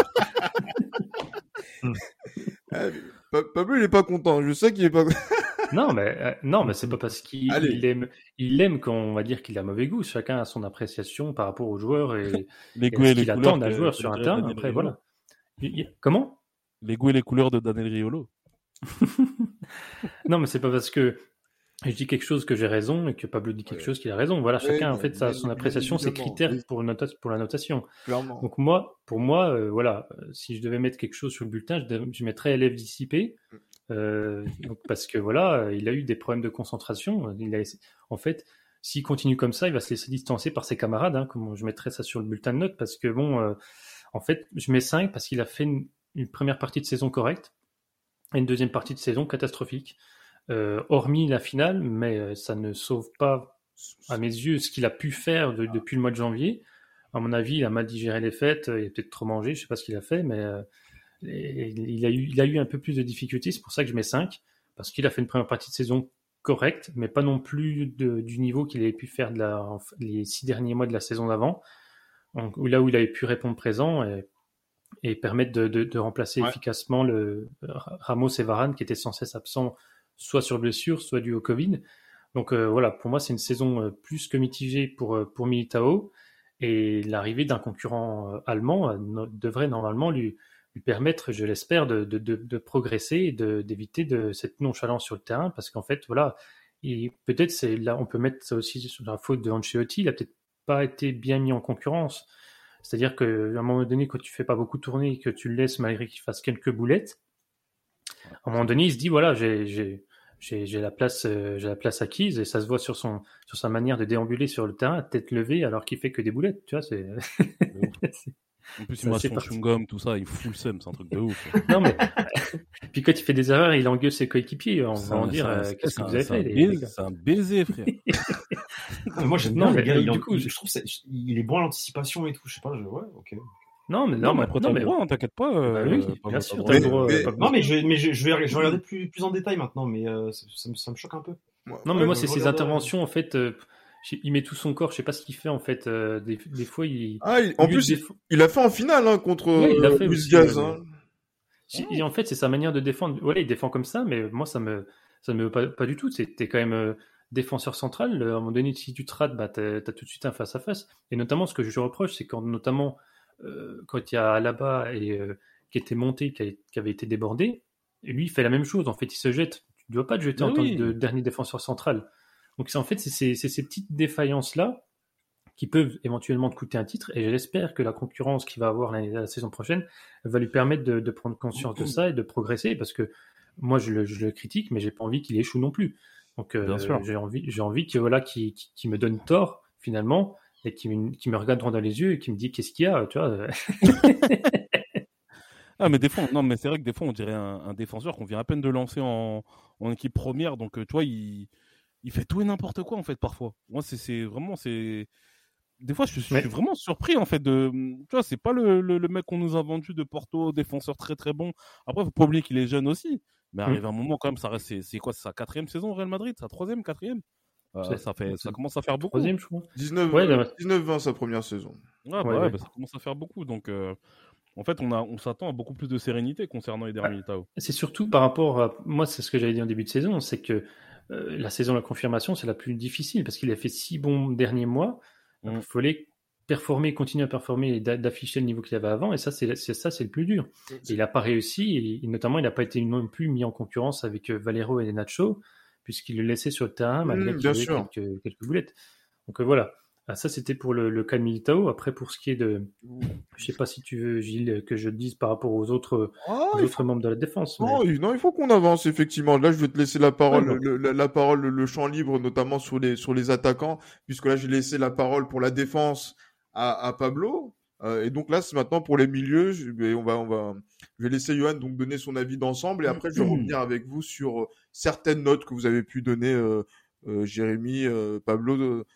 Pablo il est pas content, je sais qu'il est pas Non mais c'est pas parce qu'il aime qu'on va dire qu'il a mauvais goût, chacun a son appréciation par rapport aux joueurs et les goûts et les qu'il attend d'un joueur sur un terrain. Après voilà. Comment? Les goûts et les couleurs de Daniel Riolo. Non, mais c'est pas parce que je dis quelque chose que j'ai raison et que Pablo dit quelque chose qu'il a raison. Voilà, chacun en fait son appréciation, ses critères pour la notation. Clairement. Donc pour moi, voilà, si je devais mettre quelque chose sur le bulletin, je mettrais élève dissipé, donc parce que voilà, il a eu des problèmes de concentration. En fait, s'il continue comme ça, il va se laisser distancer par ses camarades. Hein, comme je mettrais ça sur le bulletin de notes parce que en fait, je mets 5 parce qu'il a fait une première partie de saison correcte. Une deuxième partie de saison catastrophique, hormis la finale, mais ça ne sauve pas, à mes yeux, ce qu'il a pu faire depuis le mois de janvier. À mon avis, il a mal digéré les fêtes, il a peut-être trop mangé, je ne sais pas ce qu'il a fait, mais il a eu un peu plus de difficultés, c'est pour ça que je mets 5, parce qu'il a fait une première partie de saison correcte, mais pas non plus du niveau qu'il avait pu faire les 6 derniers mois de la saison d'avant, là où il avait pu répondre présent et permettre de remplacer efficacement le Ramos et Varane qui étaient sans cesse absents, soit sur blessure, soit dû au Covid. Donc voilà, pour moi, c'est une saison plus que mitigée pour Militao, et l'arrivée d'un concurrent allemand devrait normalement lui permettre, je l'espère, de progresser et d'éviter cette nonchalance sur le terrain, parce qu'en fait, voilà, peut-être là, on peut mettre ça aussi sur la faute de Ancelotti, il a peut-être pas été bien mis en concurrence. C'est-à-dire qu'à un moment donné, quand tu fais pas beaucoup tourner et que tu le laisses malgré qu'il fasse quelques boulettes, à un moment donné, il se dit voilà, j'ai j'ai la place acquise et ça se voit sur sa manière de déambuler sur le terrain, tête levée, alors qu'il fait que des boulettes. Tu vois, c'est. En plus, il mâche son chewing-gum, tout ça, il fout le seum, c'est un truc de ouf. Non, mais. Puis quand il fait des erreurs, il engueule ses coéquipiers. On va en dire, qu'est-ce que vous avez fait, les gars? C'est un baiser, frère. Moi, j'aime bien le gars. Du coup, je trouve il est bon à l'anticipation et tout. Je sais pas, ouais, ok. Non, mais après, t'as le droit, hein, t'inquiète pas. Oui, bien sûr, t'as le droit. Non, mais je vais regarder plus en détail maintenant, mais ça me choque un peu. Non, mais moi, c'est ses interventions, en fait. Il met tout son corps, je sais pas ce qu'il fait en fait. Des fois, en plus, il a fait en finale contre Luis Diaz. Et en fait, c'est sa manière de défendre. Voilà, il défend comme ça, mais moi, ça me veut pas du tout. T'es quand même défenseur central. À un moment donné, si tu te rates, t'as tout de suite un face à face. Et notamment, ce que je reproche, c'est quand il y a Alaba qui était monté, qui avait été débordé, et lui, il fait la même chose. En fait, il se jette. Tu ne dois pas te jeter en tant que dernier défenseur central. Donc, en fait, c'est ces petites défaillances-là qui peuvent éventuellement te coûter un titre. Et j'espère que la concurrence qu'il va avoir la saison prochaine va lui permettre de prendre conscience de ça et de progresser. Parce que moi, je le critique, mais j'ai pas envie qu'il échoue non plus. Donc, j'ai envie qu'il me donne tort, finalement, et qui me regarde droit dans les yeux et qui me dit qu'est-ce qu'il y a, tu vois. Ah, mais des fois, non, mais c'est vrai que des fois, on dirait un défenseur qu'on vient à peine de lancer en équipe première. Donc, tu vois, il fait tout et n'importe quoi, en fait, parfois. Moi, c'est vraiment, des fois, je suis vraiment surpris, en fait, tu vois, c'est pas le mec qu'on nous a vendu de Porto, défenseur très, très bon. Après, faut pas oublier qu'il est jeune aussi. Mais arrive un moment, quand même, ça reste, c'est quoi, c'est sa 4e saison au Real Madrid? Sa 3e, 4e? Ça commence à faire beaucoup. 3e, je crois. 19-20 sa première saison. Ça commence à faire beaucoup. Donc, en fait, on s'attend à beaucoup plus de sérénité concernant Eder Militao. C'est surtout par rapport à... Moi, c'est ce que j'avais dit en début de saison, c'est que la saison de la confirmation, c'est la plus difficile parce qu'il a fait 6 bons derniers mois. Il fallait continuer à performer et d'afficher le niveau qu'il avait avant. Et ça, c'est le plus dur. Et il n'a pas réussi. Et notamment, il n'a pas été non plus mis en concurrence avec Valero et Nacho, puisqu'il le laissait sur le terrain malgré qu'il avait quelques boulettes. Donc voilà. Ça, c'était pour le cas de Militao. Après, pour ce qui est de... Je ne sais pas si tu veux, Gilles, que je dise par rapport aux autres membres de la défense. Non, il faut qu'on avance, effectivement. Là, je vais te laisser la parole, le champ libre, notamment sur les attaquants, puisque là, j'ai laissé la parole pour la défense à Pablo. Et donc là, c'est maintenant pour les milieux. Je vais laisser Johan donc donner son avis d'ensemble, et après, je vais revenir avec vous sur certaines notes que vous avez pu donner, Jérémy, Pablo,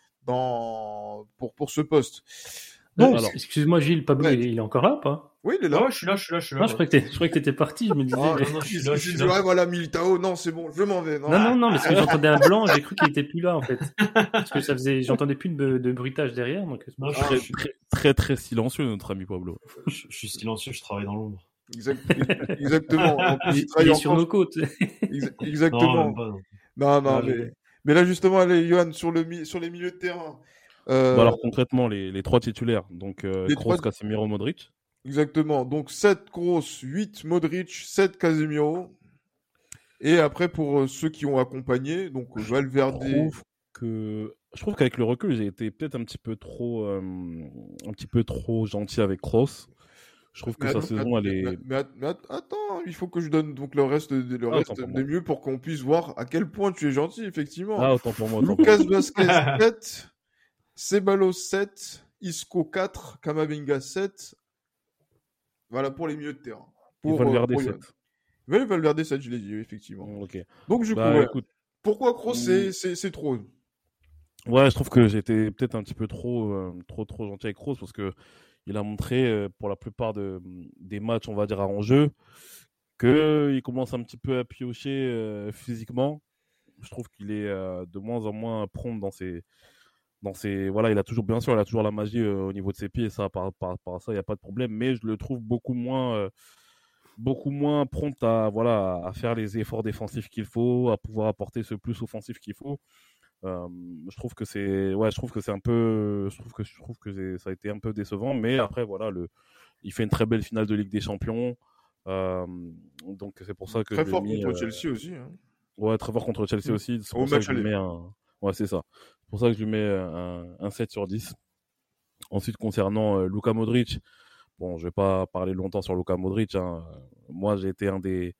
pour ce poste. Donc, excuse-moi, Gilles, Pablo, il est encore là ou pas? Oui, il est là. Ouais, je suis là. Non, je croyais que t'étais parti, je me disais. Non, je suis là. Ouais, voilà, Militao, non, c'est bon, je m'en vais. Non, parce que j'entendais un blanc, j'ai cru qu'il était plus là, en fait. Parce que j'entendais plus de bruitage derrière, donc. Je suis très, très silencieux, notre ami Pablo. Je suis silencieux, je travaille dans l'ombre. Exactement. Il est sur nos côtes. Exactement. Non, mais là, justement, allez, Johan, sur les milieux de terrain. Alors, concrètement, les 3 titulaires. Donc, Kroos, Casemiro, Modric. Exactement. Donc, 7 Kroos, 8 Modric, 7 Casemiro. Et après, pour ceux qui ont accompagné, donc Valverde. Je trouve qu'avec le recul, j'ai été peut-être un petit peu trop gentil avec Kroos. Je trouve que sa saison, elle est... Mais attends, il faut que je donne donc le reste des mieux pour qu'on puisse voir à quel point tu es gentil, effectivement. Ah, autant pour moi. Lucas Vazquez, 7. Ceballos, 7. Isco, 4. Camavinga, 7. Voilà pour les milieux de terrain. Valverde, 7. Oui, Valverde, 7, je l'ai dit, effectivement. Ok. Donc, du coup, écoute, pourquoi Kroos, c'est trop? Ouais, je trouve que j'étais peut-être un petit peu trop gentil avec Kroos parce que il a montré pour la plupart des matchs, on va dire, à enjeu, qu'il commence un petit peu à piocher physiquement. Je trouve qu'il est de moins en moins prompt dans ses voilà, il a toujours la magie au niveau de ses pieds, et ça, par ça, il n'y a pas de problème, mais je le trouve beaucoup moins prompt à faire les efforts défensifs qu'il faut, à pouvoir apporter ce plus offensif qu'il faut. Je trouve que ça a été un peu décevant, mais après voilà, il fait une très belle finale de Ligue des Champions, donc c'est pour ça que très fort contre Chelsea aussi. Hein. Ouais, très fort contre Chelsea aussi. C'est pour ça que je lui mets c'est ça. C'est pour ça que je lui mets un 7 sur 10. Ensuite, concernant Luka Modric, bon, je vais pas parler longtemps sur Luka Modric. Hein. Moi, j'ai été un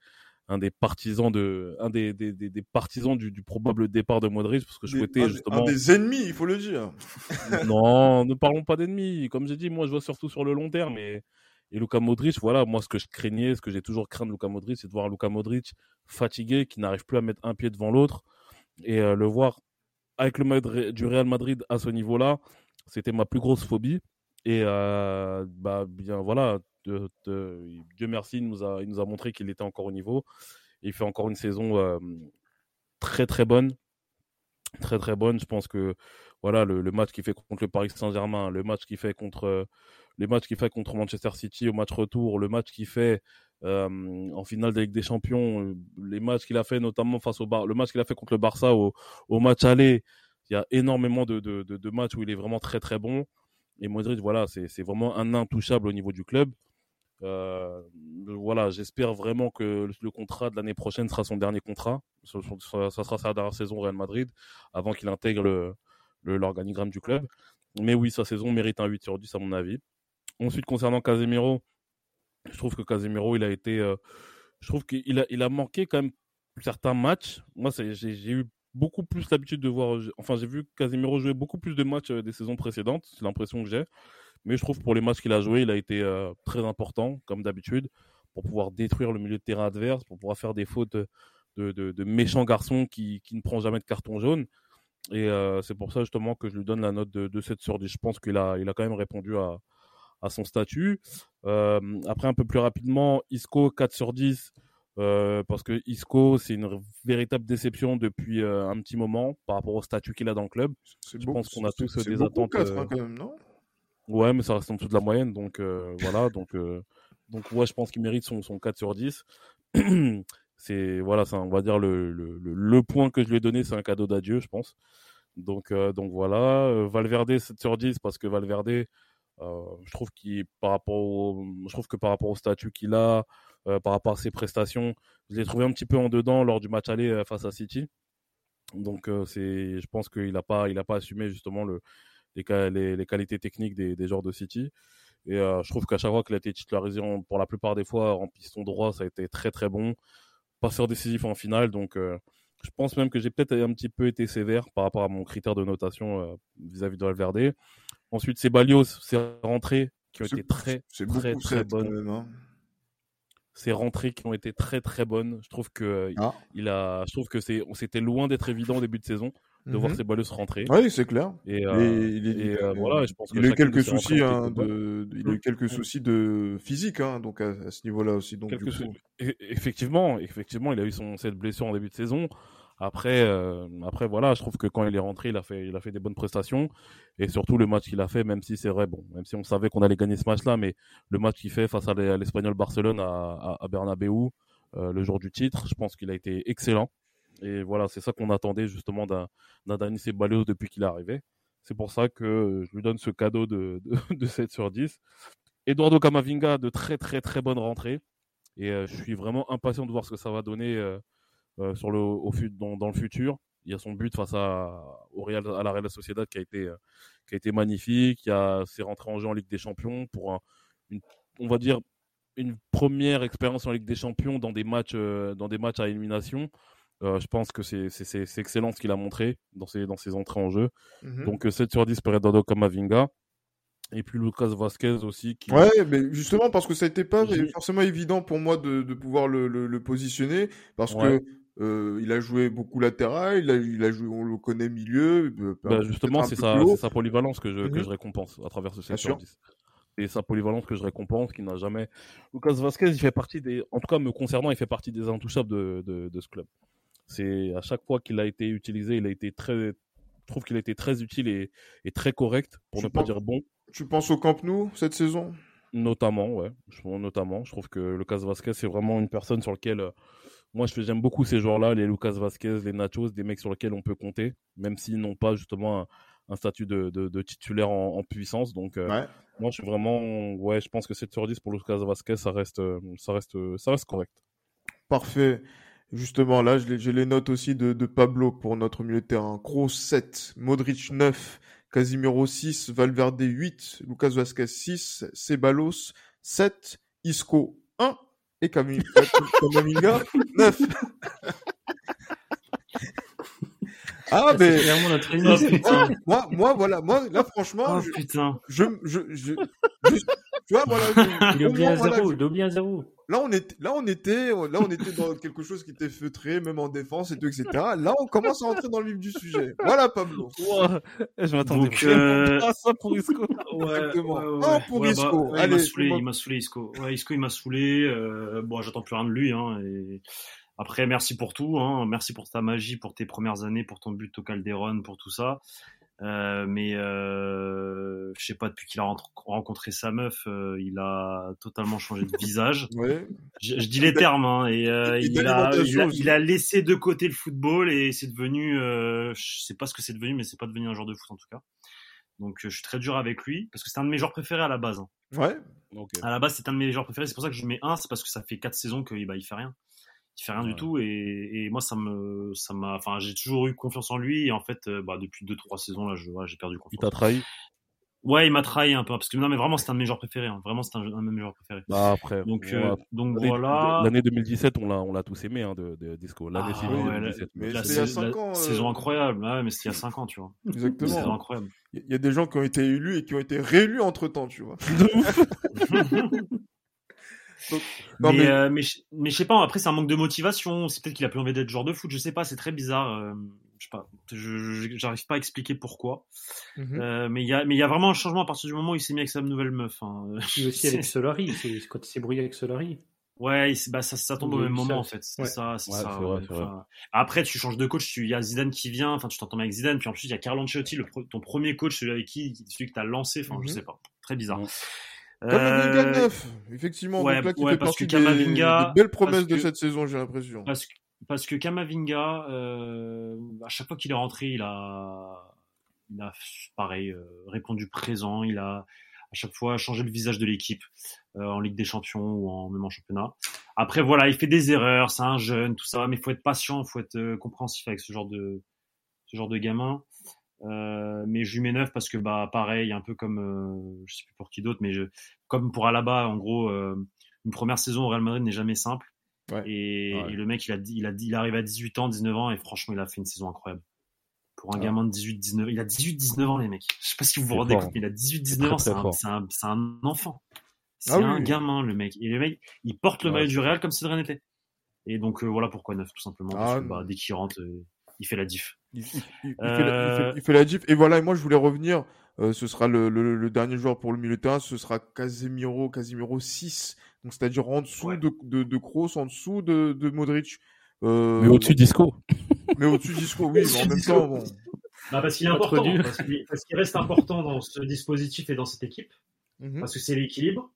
des partisans des partisans du probable départ de Modric, parce que je souhaitais justement... Un des ennemis, il faut le dire. Non, ne parlons pas d'ennemis. Comme j'ai dit, moi, je vois surtout sur le long terme. Et Luka Modric, voilà, moi, ce que je craignais, ce que j'ai toujours craint de Luka Modric, c'est de voir Luka Modric fatigué, qui n'arrive plus à mettre un pied devant l'autre. Et le voir avec le match du Real Madrid à ce niveau-là, c'était ma plus grosse phobie. Et bien voilà, Dieu merci, il nous a montré qu'il était encore au niveau. Et il fait encore une saison très très bonne. Très très bonne. Je pense que voilà, le match qu'il fait contre le Paris Saint-Germain, le match qu'il fait contre Manchester City au match retour, le match qu'il fait en finale de Ligue des Champions, les matchs qu'il a fait notamment le match qu'il a fait contre le Barça au match aller. Il y a énormément de matchs où il est vraiment très très bon. Et Modric, voilà, c'est vraiment un intouchable au niveau du club. Voilà, j'espère vraiment que le contrat de l'année prochaine sera son dernier contrat. Ça sera sa dernière saison au Real Madrid avant qu'il intègre l'organigramme du club. Mais oui, sa saison mérite un 8 sur 10 à mon avis. Ensuite, concernant Casemiro, je trouve que Casemiro, je trouve qu'il a manqué quand même certains matchs. Moi, j'ai eu beaucoup plus l'habitude de voir... Enfin, j'ai vu Casemiro jouer beaucoup plus de matchs des saisons précédentes. C'est l'impression que j'ai. Mais je trouve que pour les matchs qu'il a joués, il a été très important, comme d'habitude, pour pouvoir détruire le milieu de terrain adverse, pour pouvoir faire des fautes de méchants garçons qui ne prend jamais de carton jaune. Et c'est pour ça justement que je lui donne la note de 7 sur 10. Je pense qu'il a quand même répondu à son statut. Après, un peu plus rapidement, Isco, 4 sur 10. Parce que Isco, c'est une véritable déception depuis un petit moment par rapport au statut qu'il a dans le club. Je pense qu'on a tous des attentes. 4, quand même, non ? Ouais, mais ça reste en dessous de la moyenne, donc voilà. Donc ouais, je pense qu'il mérite son 4 sur 10. On va dire le point que je lui ai donné, c'est un cadeau d'adieu, je pense. Donc voilà. Valverde, 7 sur 10, parce que Valverde, je trouve que par rapport au statut qu'il a, par rapport à ses prestations, je l'ai trouvé un petit peu en dedans lors du match aller face à City. Donc je pense qu'il n'a pas assumé justement les qualités techniques des joueurs de City. Et je trouve qu'à chaque fois qu'il a été titularisé, pour la plupart des fois, en piston droit, ça a été très très bon. Passeur décisif en finale, donc je pense même que j'ai peut-être un petit peu été sévère par rapport à mon critère de notation vis-à-vis de Valverde. Ensuite, Ceballos, ses rentrées qui ont été très très bonnes. Même, hein. Ces rentrées qui ont été très très bonnes. Je trouve que c'était loin d'être évident au début de saison de voir Ceballos rentrer. Oui, c'est clair. Voilà, je pense que il a eu quelques soucis, il a eu quelques soucis de physique, hein, donc à ce niveau-là aussi. Donc effectivement, il a eu cette blessure en début de saison. Après, voilà, je trouve que quand il est rentré, il a fait des bonnes prestations, et surtout le match qu'il a fait, même si c'est vrai, bon, même si on savait qu'on allait gagner ce match-là, mais le match qu'il fait face à l'Espagnol Barcelone à Bernabéu, le jour du titre, je pense qu'il a été excellent. Et voilà, c'est ça qu'on attendait justement d'un Dani Ceballos depuis qu'il est arrivé. C'est pour ça que je lui donne ce cadeau de 7 sur 10. Eduardo Camavinga, de très très très bonne rentrée. Et je suis vraiment impatient de voir ce que ça va donner dans le futur. Il y a son but face à la Real Sociedad qui a été magnifique. Il y a ses rentrées en jeu en Ligue des Champions pour on va dire une première expérience en Ligue des Champions dans des matchs à élimination. Je pense que c'est excellent ce qu'il a montré dans ses entrées en jeu. Donc 7 sur 10 pour Eduardo Camavinga. Et puis Lucas Vazquez aussi. Ouais, mais justement parce que ça n'était pas forcément évident pour moi de pouvoir le positionner, parce que il a joué beaucoup latéral, il a joué, on le connaît milieu. Justement, c'est sa polyvalence que je récompense à travers ce 7 sur 10. C'est sa polyvalence que je récompense, qui n'a jamais... Lucas Vazquez, il fait partie en tout cas me concernant, il fait partie des intouchables de ce club. C'est à chaque fois qu'il a été utilisé, je trouve qu'il a été très utile et très correct, pour ne pas dire bon. Tu penses au Camp Nou cette saison ? Notamment, ouais. Je trouve que Lucas Vazquez, c'est vraiment une personne sur laquelle moi j'aime beaucoup ces joueurs-là, les Lucas Vazquez, les Nachos, des mecs sur lesquels on peut compter, même s'ils n'ont pas justement un statut de titulaire en puissance. Donc moi je suis vraiment, je pense que 7 sur 10 pour Lucas Vazquez, ça reste correct. Parfait. Justement, là, j'ai les notes aussi de Pablo pour notre milieu de terrain. Kroos 7, Modric 9, Casemiro 6, Valverde 8, Lucas Vazquez 6, Ceballos 7, Isco 1, Et Kamavinga, 9. Ah, mais clairement notre ennemi. moi, voilà, là, franchement, putain. tu vois, voilà. Il est oublié à 0. Là, on était dans quelque chose qui était feutré, même en défense et tout, etc. Là, on commence à entrer dans le vif du sujet. Voilà, Pablo. Wow. Je m'attendais Donc, à ça pour Isco. Exactement. Pour Isco. Ouais, Allez, il m'a saoulé, Isco. Ouais, Isco, il m'a saoulé. Bon, j'attends plus rien de lui. Hein, et... Après, merci pour tout. Hein. Merci pour ta magie, pour tes premières années, pour ton but au Calderon, pour tout ça. Mais je sais pas, depuis qu'il a rencontré sa meuf, il a totalement changé de visage. Ouais. Je dis les termes, hein, et il a laissé de côté le football et c'est devenu, je sais pas ce que c'est devenu, mais c'est pas devenu un joueur de foot en tout cas. Donc je suis très dur avec lui parce que c'est un de mes joueurs préférés à la base. Hein. Ouais. Okay. À la base, c'est un de mes joueurs préférés. C'est pour ça que je mets 1, c'est parce que ça fait 4 saisons qu'il fait rien. Il fait rien du tout et moi enfin j'ai toujours eu confiance en lui et en fait depuis 2-3 saisons là j'ai perdu confiance. Il t'a trahi? Ouais, il m'a trahi un peu parce que non mais vraiment c'est un de mes joueurs préférés, hein. Vraiment c'est un de mes joueurs préférés. Bah après donc voilà. L'année 2017 on l'a tous aimé, hein, de Disco. L'année civile 2017. Mais c'était il y a 5 ans. Saison incroyable. Ouais, mais c'était il y a 5 ans, tu vois. Exactement. Saison incroyable. Il y a des gens qui ont été élus et qui ont été réélus entre-temps, tu vois. Donc, mais je sais pas, après c'est un manque de motivation, c'est peut-être qu'il a plus envie d'être joueur de foot, je sais pas, c'est très bizarre, je sais pas, j'arrive pas à expliquer pourquoi. Mais il y a vraiment un changement à partir du moment où il s'est mis avec sa nouvelle meuf. Hein. Puis aussi avec Solari, quand il s'est brouillé avec Solari. Ouais, ça tombe au même moment en fait. C'est ça. Vrai. Après, tu changes de coach, il y a Zidane qui vient, enfin tu t'entends avec Zidane, puis en plus il y a Carlo Ancelotti, ton premier coach, celui que t'as lancé, enfin je sais pas, très bizarre. Kamavinga 9, effectivement. Ouais, donc là, qui ouais, fait parce partie que Kamavinga, des belles promesses de cette saison, j'ai l'impression. Parce que Kamavinga, à chaque fois qu'il est rentré, il a pareil, répondu présent. Il a à chaque fois changé le visage de l'équipe en Ligue des Champions ou même en championnat. Après, voilà, il fait des erreurs, c'est un jeune, tout ça, mais il faut être patient, il faut être compréhensif avec ce genre de gamin. Mais je lui mets 9 parce que pareil, un peu comme je sais plus pour qui d'autre, mais comme pour Alaba, en gros, une première saison au Real Madrid n'est jamais simple. Ouais. Et le mec, il arrive à 18 ans, 19 ans, et franchement, il a fait une saison incroyable. Pour un gamin de 18-19, il a 18-19 ans, les mecs. Je sais pas si vous vous rendez compte, mais il a 18-19 ans, c'est un enfant. C'est un gamin, le mec. Et le mec, il porte le maillot du Real comme si de rien n'était. Et donc, voilà pourquoi 9, tout simplement. Parce que, dès qu'il rentre, il fait la diff. Il fait la diff. Et voilà, et moi, je voulais revenir. Ce sera le dernier joueur pour le milieu de terrain. Ce sera Casemiro 6. Donc, c'est-à-dire en dessous de Kroos, en dessous de Modric. Mais au-dessus d'Isco. Mais au-dessus d'Isco, oui. Mais en même temps, bon. Parce qu'il est important. Parce qu'il reste important dans ce dispositif et dans cette équipe. Parce que c'est l'équilibre.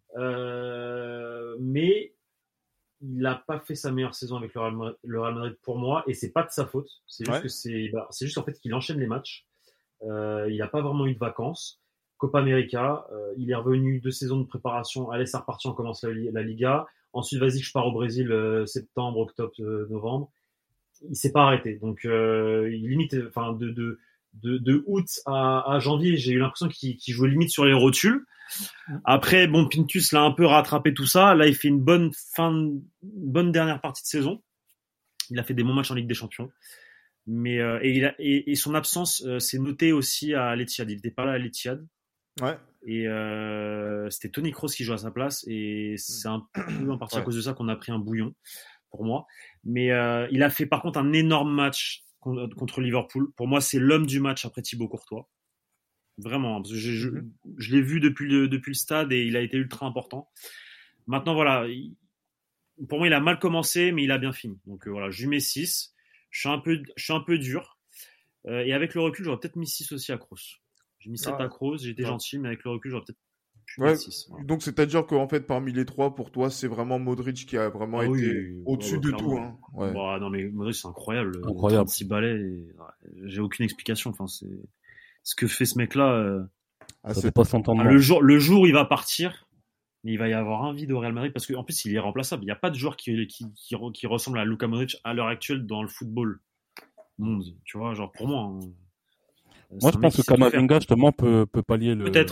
Mais il n'a pas fait sa meilleure saison avec le Real Madrid pour moi, et c'est pas de sa faute. C'est juste que c'est juste en fait qu'il enchaîne les matchs. Il n'a pas vraiment eu de vacances. Copa América, il est revenu 2 saisons de préparation. Allez, c'est reparti, on commence la Liga. Ensuite, vas-y que je pars au Brésil septembre, octobre, novembre. Il s'est pas arrêté. Donc, il limite, enfin, de août à janvier, j'ai eu l'impression qu'il jouait limite sur les rotules. Après, bon, Pintus l'a un peu rattrapé tout ça. Là, il fait une bonne dernière partie de saison. Il a fait des bons matchs en Ligue des Champions. Mais et son absence s'est notée aussi à l'Etihad. Il n'était pas là à l'Etihad. Ouais. Et c'était Toni Kroos qui joue à sa place. Et c'est un peu en partie à cause de ça qu'on a pris un bouillon pour moi. Mais il a fait par contre un énorme match contre Liverpool. Pour moi, c'est l'homme du match après Thibaut Courtois. Vraiment, parce que je l'ai vu depuis le stade et il a été ultra important. Maintenant, voilà, pour moi, il a mal commencé, mais il a bien fini. Donc voilà, je lui mets 6. Je suis un peu dur. Et avec le recul, j'aurais peut-être mis 6 aussi à Kroos. J'ai mis 7 à Kroos, j'étais gentil, mais avec le recul, j'aurais peut-être pu mettre 6. Voilà. Donc, c'est-à-dire qu'en fait, parmi les 3, pour toi, c'est vraiment Modric qui a vraiment été au-dessus de tout. Hein. Ouais. Non, mais Modric, c'est incroyable. 6 balais, j'ai aucune explication. Enfin, c'est ce que fait ce mec-là. C'est pas s'entendre. Le jour où il va partir, il va y avoir un vide au Real Madrid parce qu'en plus, il est remplaçable. Il n'y a pas de joueur qui ressemble à Luka Modric à l'heure actuelle dans le football monde. Tu vois, genre pour moi. Moi, je pense que Kamavinga, justement, peut pallier le. Peut-être.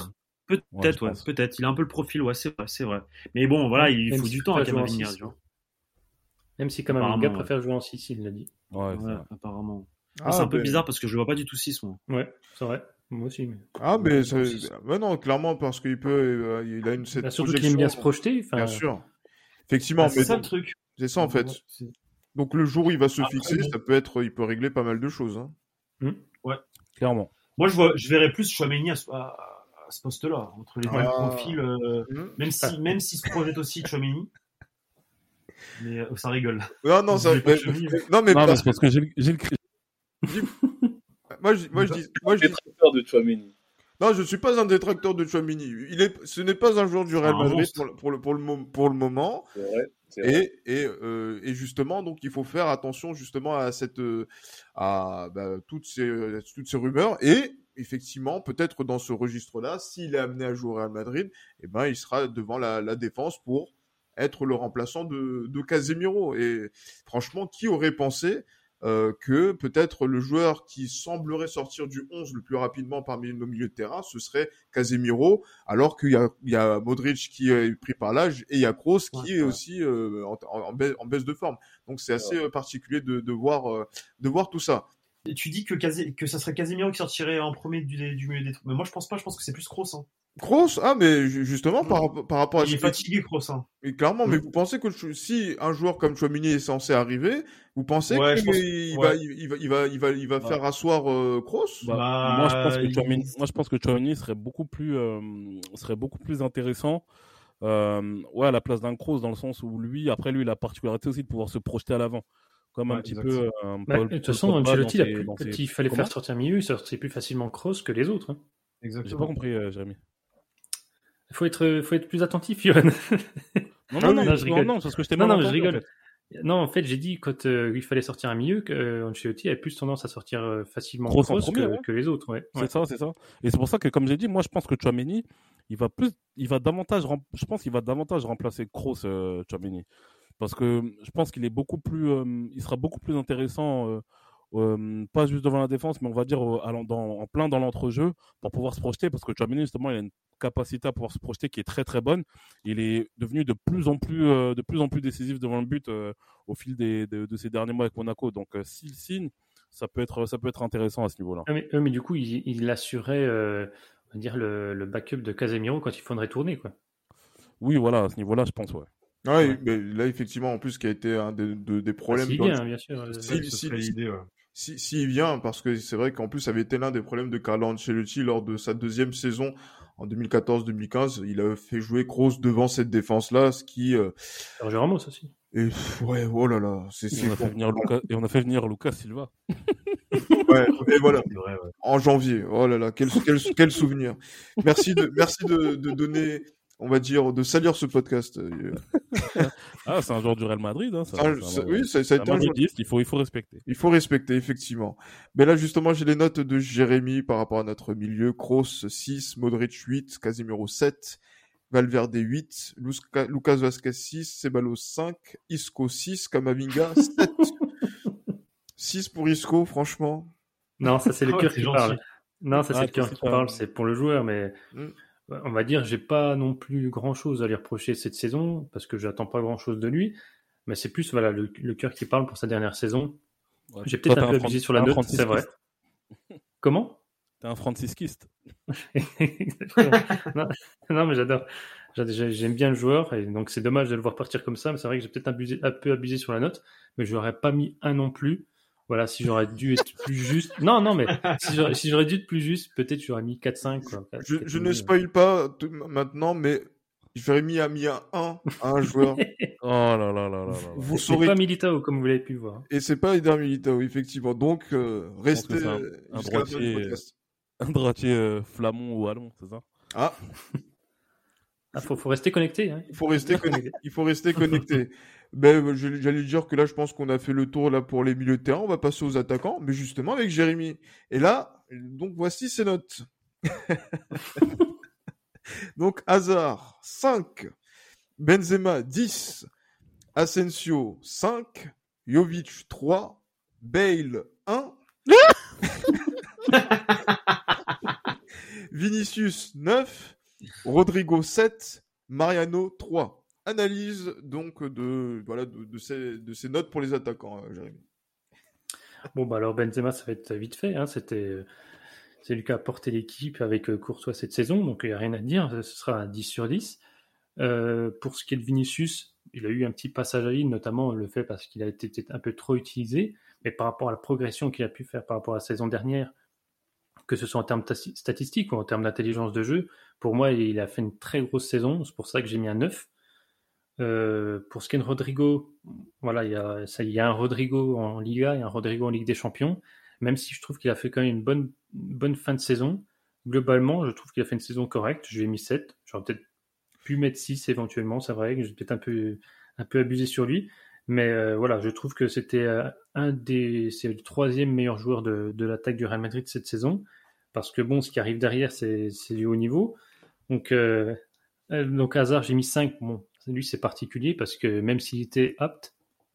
Peut-être, ouais, peut-être. Il a un peu le profil, ouais, c'est vrai. Mais bon, voilà, il faut du temps à Camavinga, tu vois. Même si Camavinga préfère jouer en 6, il l'a dit. Ouais, apparemment. C'est un peu bizarre parce que je le vois pas du tout 6, moi. Ouais, c'est vrai. Moi aussi. Mais... non, clairement, parce qu'il peut, il a cette surtout qu'il aime bien se projeter. Bien sûr. Effectivement. C'est ça le truc. C'est ça, en fait. Donc, le jour où il va se fixer, il peut régler pas mal de choses. Hein. Ouais. Clairement. Moi, je verrais plus Tchouaméni à ce poste-là, entre les deux profils, même s'il se projette aussi Tchouaméni. Mais ça rigole. Non, ça non, mais c'est parce que j'ai le cri. Moi, je dis détracteur de Tchouaméni. Non, je suis pas un détracteur de Tchouaméni. Ce n'est pas un joueur du Real Madrid pour le moment. C'est vrai. Et justement, donc il faut faire attention justement à toutes ces rumeurs. Et effectivement, peut-être dans ce registre-là, s'il est amené à jouer au Real Madrid, il sera devant la défense pour être le remplaçant de Casemiro. Et franchement, qui aurait pensé que peut-être le joueur qui semblerait sortir du 11 le plus rapidement parmi nos milieux de terrain, ce serait Casemiro, alors qu'il y a Modric qui est pris par l'âge et il y a Kroos qui est aussi en baisse de forme. Donc c'est assez particulier de voir tout ça. Et tu dis que ça serait Casemiro qui sortirait en premier du milieu des troupes. Mais moi je pense pas, je pense que c'est plus Kroos. Hein. Kroos, mais justement par rapport à... Il est fatigué, Kroos. Hein. Et clairement, mais vous pensez que si un joueur comme Tchouaméni est censé arriver, vous pensez qu'il va faire asseoir Kroos? Moi, je pense que Tchouaméni serait beaucoup plus intéressant à la place d'un Kroos, dans le sens où lui, a la particularité aussi de pouvoir se projeter à l'avant. Comme un petit peu. De toute façon, Ancelotti, quand il fallait faire sortir milieu, il sortait plus facilement Kroos que les autres. Hein. Exactement. J'ai pas compris, Jérémy. Il faut être plus attentif, Yoann. Non, je rigole. Non, parce que je t'ai mal entendu, je rigole. En fait. Non, en fait, j'ai dit quand il fallait sortir un milieu, qu'Ancelotti avait plus tendance à sortir facilement Kroos que les autres. Ouais. C'est ça. Et c'est pour ça que, comme j'ai dit, moi, je pense que Tchouaméni, il va davantage remplacer Kroos, Tchouaméni. Parce que je pense qu'il est il sera beaucoup plus intéressant, pas juste devant la défense, mais on va dire en plein dans l'entrejeu pour pouvoir se projeter. Parce que Tchouaméni, justement, il a une capacité à pouvoir se projeter qui est très très bonne. Il est devenu de plus en plus décisif devant le but au fil de ces derniers mois avec Monaco. Donc, s'il signe, ça peut être intéressant à ce niveau-là. Mais du coup, il assurait, on va dire, le backup de Casemiro quand il faudrait tourner, quoi. Oui, voilà, à ce niveau-là, je pense, Ouais, mais là, effectivement, en plus, qui a été un des problèmes. S'il vient, bien sûr. S'il vient, parce que c'est vrai qu'en plus, ça avait été l'un des problèmes de Carlo Ancelotti lors de sa deuxième saison en 2014-2015. Il a fait jouer Kroos devant cette défense-là, ce qui. Sergio Ramos aussi. Et oh là là, on a fait venir Lucas Silva. Et voilà. Vrai, ouais. En janvier. Oh là là, quel souvenir. Merci de donner. On va dire, de salir ce podcast. C'est un joueur du Real Madrid. Hein, ça a été un madridiste, il faut respecter. Il faut respecter, effectivement. Mais là, justement, j'ai les notes de Jérémy par rapport à notre milieu. Kroos 6, Modric 8, Casemiro 7, Valverde 8, Lucas Vazquez 6, Ceballos 5, Isco 6, Camavinga 7. 6 pour Isco, franchement. Non, ça c'est le cœur qui parle. Non, ça c'est le cœur qui parle, c'est pour le joueur, mais... On va dire, j'ai pas non plus grand-chose à lui reprocher cette saison, parce que j'attends pas grand-chose de lui, mais c'est plus le cœur qui parle pour sa dernière saison. Ouais, j'ai peut-être un peu abusé sur la note, c'est vrai. Comment ? T'es un francisquiste. non, mais j'adore. J'aime bien le joueur, et donc c'est dommage de le voir partir comme ça, mais c'est vrai que j'ai peut-être un peu abusé sur la note, mais je l'aurais pas mis 1 non plus. Voilà, si j'aurais dû être plus juste. Non, mais si j'aurais dû être plus juste, peut-être j'aurais mis 4-5. Quoi. Je ne spoil pas maintenant, mais j'aurais mis un 1 à un joueur. Oh là là. Vous saurez. C'est pas Militao, comme vous l'avez pu voir. Et c'est pas Eder Militao, effectivement. Donc, restez jusqu'à la fin du podcast. Un droitier flamand ou wallon, c'est ça ? Faut rester connecté. Hein. Il faut rester connecté. Ben, j'allais dire que là, je pense qu'on a fait le tour là pour les milieux de terrain. On va passer aux attaquants, mais justement avec Jérémy. Et là, donc voici ses notes. Donc Hazard 5, Benzema 10, Asensio 5, Jovic 3, Bale 1, Vinicius 9, Rodrigo 7, Mariano 3. Analyse donc de ces notes pour les attaquants, Jérémy. Bon, bah alors Benzema, ça va être vite fait. Hein. C'est lui qui a porté l'équipe avec Courtois cette saison, donc il n'y a rien à dire. Ce sera un 10 sur 10. Pour ce qui est de Vinicius, il a eu un petit passage à vide, notamment le fait parce qu'il a été peut-être un peu trop utilisé, mais par rapport à la progression qu'il a pu faire par rapport à la saison dernière, que ce soit en termes statistiques ou en termes d'intelligence de jeu, pour moi, il a fait une très grosse saison. C'est pour ça que j'ai mis un 9. Pour ce qui est de Rodrigo, voilà, il y a un Rodrigo en Liga et un Rodrigo en Ligue des Champions. Même si je trouve qu'il a fait quand même une bonne fin de saison, globalement, je trouve qu'il a fait une saison correcte. Je lui ai mis 7. J'aurais peut-être pu mettre 6 éventuellement, c'est vrai que j'ai peut-être un peu abusé sur lui. Mais voilà, je trouve que c'était c'est le 3e meilleur joueur de l'attaque du Real Madrid cette saison. Parce que bon, ce qui arrive derrière, c'est du haut niveau. Donc Hazard, j'ai mis 5. Bon, lui, c'est particulier parce que même s'il était apte,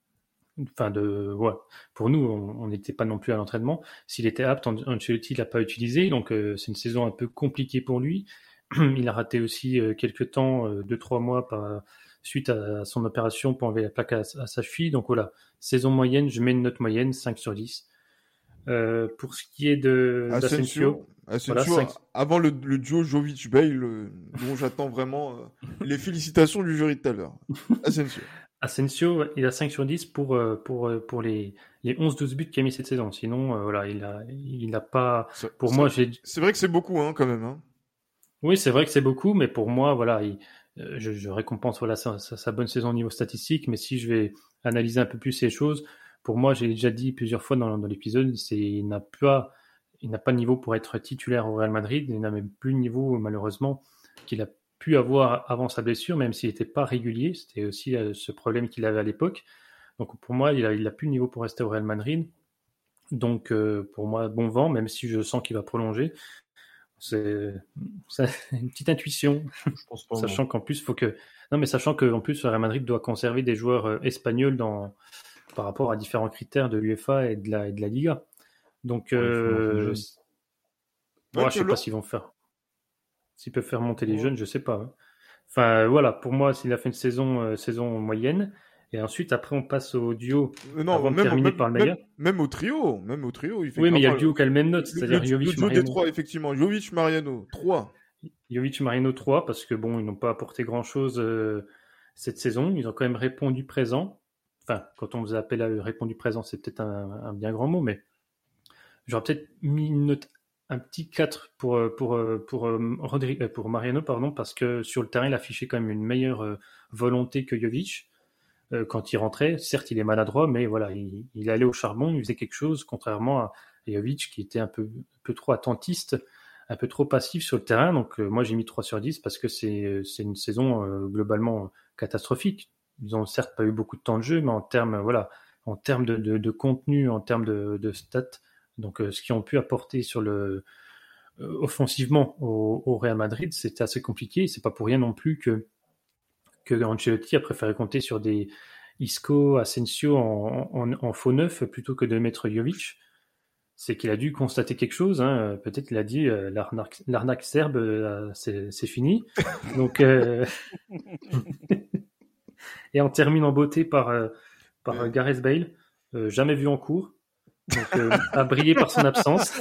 pour nous, on n'était pas non plus à l'entraînement. S'il était apte, Ancelotti l'a pas utilisé, donc c'est une saison un peu compliquée pour lui. Il a raté aussi quelques temps, 2-3 mois suite à son opération pour enlever la plaque à sa cheville. Donc voilà, saison moyenne, je mets une note moyenne, 5 sur 10. Pour ce qui est d'Asensio, voilà, avant le duo Jovic-Bale, dont j'attends vraiment les félicitations du jury de tout à l'heure. Asensio, il a 5 sur 10 pour les 11-12 buts qu'il a mis cette saison. Sinon, voilà, il a pas... C'est vrai que c'est beaucoup, hein, quand même. Hein. Oui, c'est vrai que c'est beaucoup, mais pour moi, voilà, je récompense voilà, sa bonne saison au niveau statistique, mais si je vais analyser un peu plus ces choses, pour moi, j'ai déjà dit plusieurs fois dans l'épisode, il n'a pas le niveau pour être titulaire au Real Madrid, il n'a même plus le niveau, malheureusement, qu'il a pu avoir avant sa blessure, même s'il n'était pas régulier. C'était aussi ce problème qu'il avait à l'époque. Donc pour moi, il a plus le niveau pour rester au Real Madrid. Donc pour moi, bon vent, même si je sens qu'il va prolonger. C'est une petite intuition. Je pense pas, sachant qu'en plus, sachant qu'en plus, le Real Madrid doit conserver des joueurs espagnols par rapport à différents critères de l'UEFA et de la Liga. Donc, je sais pas s'ils vont faire. S'ils peuvent faire monter les jeunes, je sais pas. Hein. Enfin, voilà, pour moi, s'il a fait une saison moyenne, et ensuite, après, on passe au duo avant de terminer par le meilleur. Même au trio, il fait. Oui, mais il y a le duo qui a le même note, c'est-à-dire Jovic, Mariano. Le duo des 3, effectivement. Jovic, Mariano, 3. Jovic, Mariano, 3, parce que bon, ils n'ont pas apporté grand-chose cette saison. Ils ont quand même répondu présent. Enfin, quand on vous appelle à répondu présent, c'est peut-être un bien grand mot, mais j'aurais peut-être mis une note un petit 4 pour Mariano, pardon, parce que sur le terrain, il affichait quand même une meilleure volonté que Jovic. Quand il rentrait, certes, il est maladroit, mais voilà, il allait au charbon, il faisait quelque chose, contrairement à Jovic qui était un peu trop attentiste, un peu trop passif sur le terrain. Donc moi, j'ai mis 3 sur 10 parce que c'est une saison globalement catastrophique. Ils n'ont certes pas eu beaucoup de temps de jeu, mais en termes de contenu, en termes de stats, donc ce qu'ils ont pu apporter offensivement au Real Madrid, c'était assez compliqué. C'est pas pour rien non plus que Ancelotti a préféré compter sur des Isco, Asensio en faux neuf plutôt que de mettre Jovic. C'est qu'il a dû constater quelque chose. Hein. Peut-être qu'il a dit l'arnaque serbe, c'est fini. Donc, et on termine en beauté par Gareth Bale, jamais vu en cours, donc a brillé par son absence.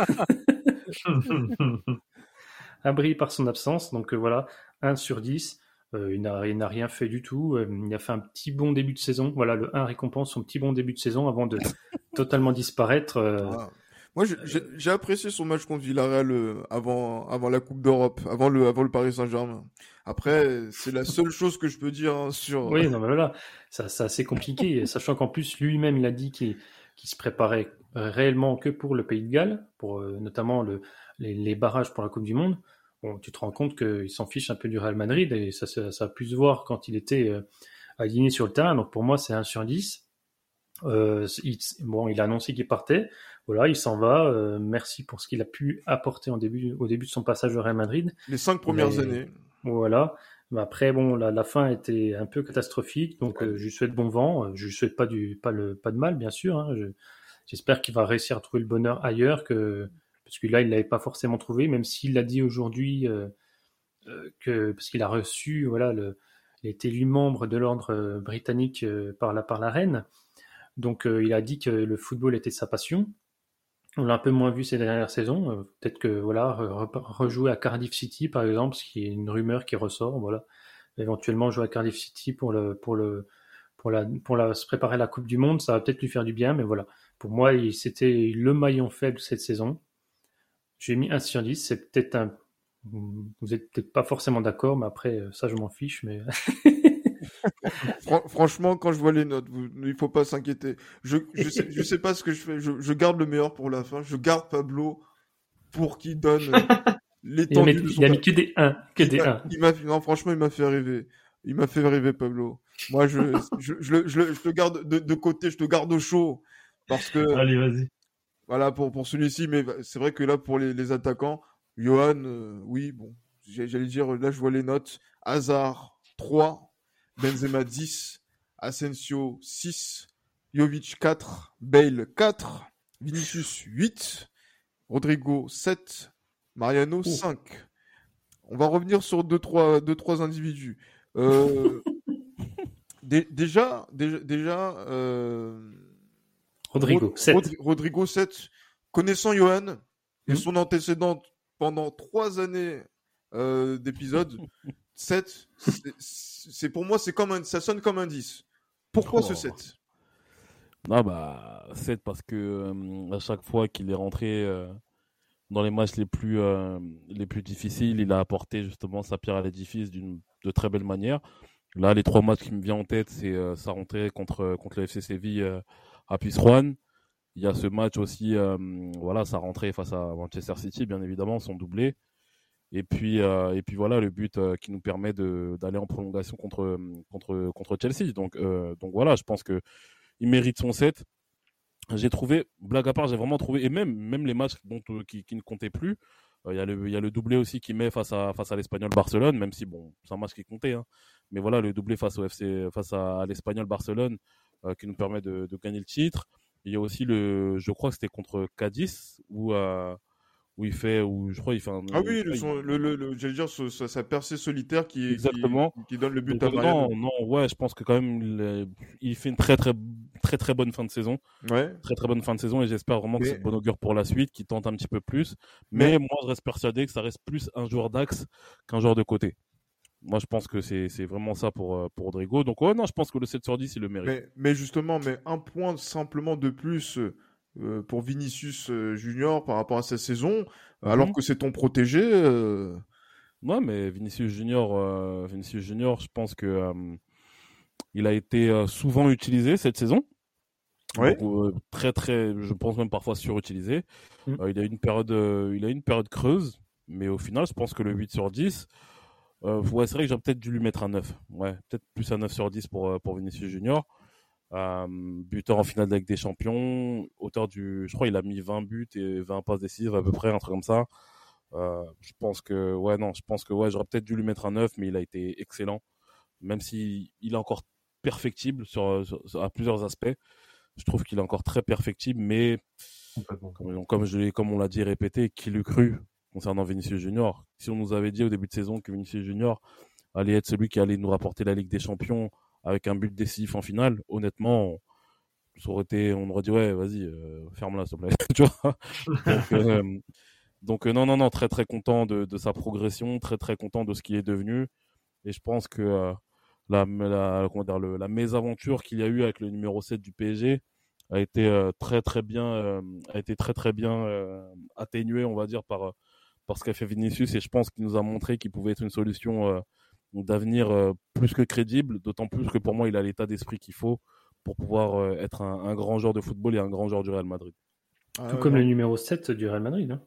Donc voilà, 1 sur 10. Il n'a rien fait du tout. Il a fait un petit bon début de saison. Voilà, le 1 récompense son petit bon début de saison avant de totalement disparaître. Moi, j'ai apprécié son match contre Villarreal avant la Coupe d'Europe, avant le Paris Saint-Germain. Après, c'est la seule chose que je peux dire sur. Oui, non, mais voilà, c'est assez compliqué, sachant qu'en plus lui-même il a dit qu'il se préparait réellement que pour le Pays de Galles, pour notamment les barrages pour la Coupe du Monde. Bon, tu te rends compte qu'il s'en fiche un peu du Real Madrid et ça a pu se voir quand il était aligné sur le terrain. Donc pour moi, c'est 1 sur 10. Il a annoncé qu'il partait. Voilà, il s'en va. Merci pour ce qu'il a pu apporter au début de son passage au Real Madrid. Les 5 premières années. Voilà. Mais après, bon, la fin était un peu catastrophique. Donc, je lui souhaite bon vent. Je lui souhaite pas de mal, bien sûr. Hein. J'espère qu'il va réussir à trouver le bonheur ailleurs parce que là, il l'avait pas forcément trouvé, même s'il l'a dit aujourd'hui parce qu'il a reçu, voilà, il était élu membre de l'ordre britannique par la reine. Donc il a dit que le football était sa passion. On l'a un peu moins vu ces dernières saisons. Peut-être que voilà, rejouer à Cardiff City par exemple, ce qui est une rumeur qui ressort. Voilà, éventuellement jouer à Cardiff City pour se préparer à la Coupe du Monde, ça va peut-être lui faire du bien. Mais voilà, pour moi, c'était le maillon faible cette saison. J'ai mis 1 sur 10. C'est peut-être vous êtes peut-être pas forcément d'accord, mais après ça je m'en fiche. Mais Franchement, quand je vois les notes, il faut pas s'inquiéter. Je sais pas ce que je fais. Je garde le meilleur pour la fin. Je garde Pablo pour qu'il donne l'étendue de son. Il a mis que des 1, Non, franchement, il m'a fait rêver. Il m'a fait rêver, Pablo. Moi, je te garde de côté. Je te garde au chaud parce que. Allez, vas-y. Voilà pour celui-ci, mais c'est vrai que là pour les attaquants, Johan, oui, bon, j'allais dire là je vois les notes. Hazard 3. Benzema 10, Asensio 6, Jovic 4, Bale 4, Vinicius 8, Rodrigo 7, Mariano 5. On va revenir sur 2-3 individus. Déjà, Rodrigo 7. Rodrigo 7. Connaissant Johan et son antécédent pendant 3 années d'épisodes, 7, c'est pour moi, ça sonne comme un 10. Pourquoi ce 7 ? Ah bah 7 parce que à chaque fois qu'il est rentré dans les matchs les plus difficiles, il a apporté justement sa pierre à l'édifice de très belle manière. Là, les 3 matchs qui me viennent en tête, c'est sa rentrée contre le FC Séville à Pizjuán. Il y a ce match aussi, voilà, sa rentrée face à Manchester City, bien évidemment, son doublé. Et puis voilà le but qui nous permet d'aller en prolongation contre Chelsea. Donc voilà, je pense que il mérite son 7. J'ai trouvé, blague à part, j'ai vraiment trouvé, et même les matchs qui ne comptaient plus. Il y a le doublé aussi qu'il met face à l'Espagnol Barcelone, même si bon, c'est un match qui comptait, hein. Mais voilà, le doublé face à l'Espagnol Barcelone qui nous permet de gagner le titre. Il y a aussi je crois que c'était contre Cadiz je crois il fait un. Ah oui, j'allais dire sa percée solitaire qui donne le but donc, à Mariano. Non, ouais, je pense que quand même il fait une très très très très bonne fin de saison. Ouais. Très très bonne fin de saison et j'espère vraiment que c'est de bon augure pour la suite, qu'il tente un petit peu plus. Mais moi je reste persuadé que ça reste plus un joueur d'axe qu'un joueur de côté. Moi je pense que c'est vraiment ça pour Rodrigo. Donc ouais, non, je pense que le 7 sur 10 il le mérite. Mais justement, un point simplement de plus pour Vinicius Junior par rapport à sa saison, alors que c'est ton protégé. Ouais, mais Vinicius Junior, je pense que il a été souvent utilisé cette saison. Ouais. Donc, très très, je pense même parfois surutilisé. Il a une période creuse, mais au final, je pense que le 8 sur 10, ouais, c'est vrai que j'aurais peut-être dû lui mettre un 9. Ouais, peut-être plus un 9 sur 10 pour Vinicius Junior. Buteur en finale de la Ligue des Champions, je crois il a mis 20 buts et 20 passes décisives à peu près, un truc comme ça. Je pense que j'aurais peut-être dû lui mettre un 9, mais il a été excellent, même s'il est encore perfectible à plusieurs aspects. Je trouve qu'il est encore très perfectible, mais comme on l'a dit et répété, qui l'eût cru concernant Vinicius Junior. Si on nous avait dit au début de saison que Vinicius Junior allait être celui qui allait nous rapporter la Ligue des Champions avec un but décisif en finale, honnêtement, on aurait dit ouais, vas-y, ferme-la s'il te plaît. Tu vois. Donc non, très très content de sa progression, très très content de ce qu'il est devenu, et je pense que la mésaventure qu'il y a eu avec le numéro 7 du PSG a été très très bien atténuée, on va dire, par ce qu'a fait Vinicius, et je pense qu'il nous a montré qu'il pouvait être une solution d'avenir plus que crédible, d'autant plus que pour moi il a l'état d'esprit qu'il faut pour pouvoir être un grand joueur de football et un grand joueur du Real Madrid. Tout comme le numéro 7 du Real Madrid, hein.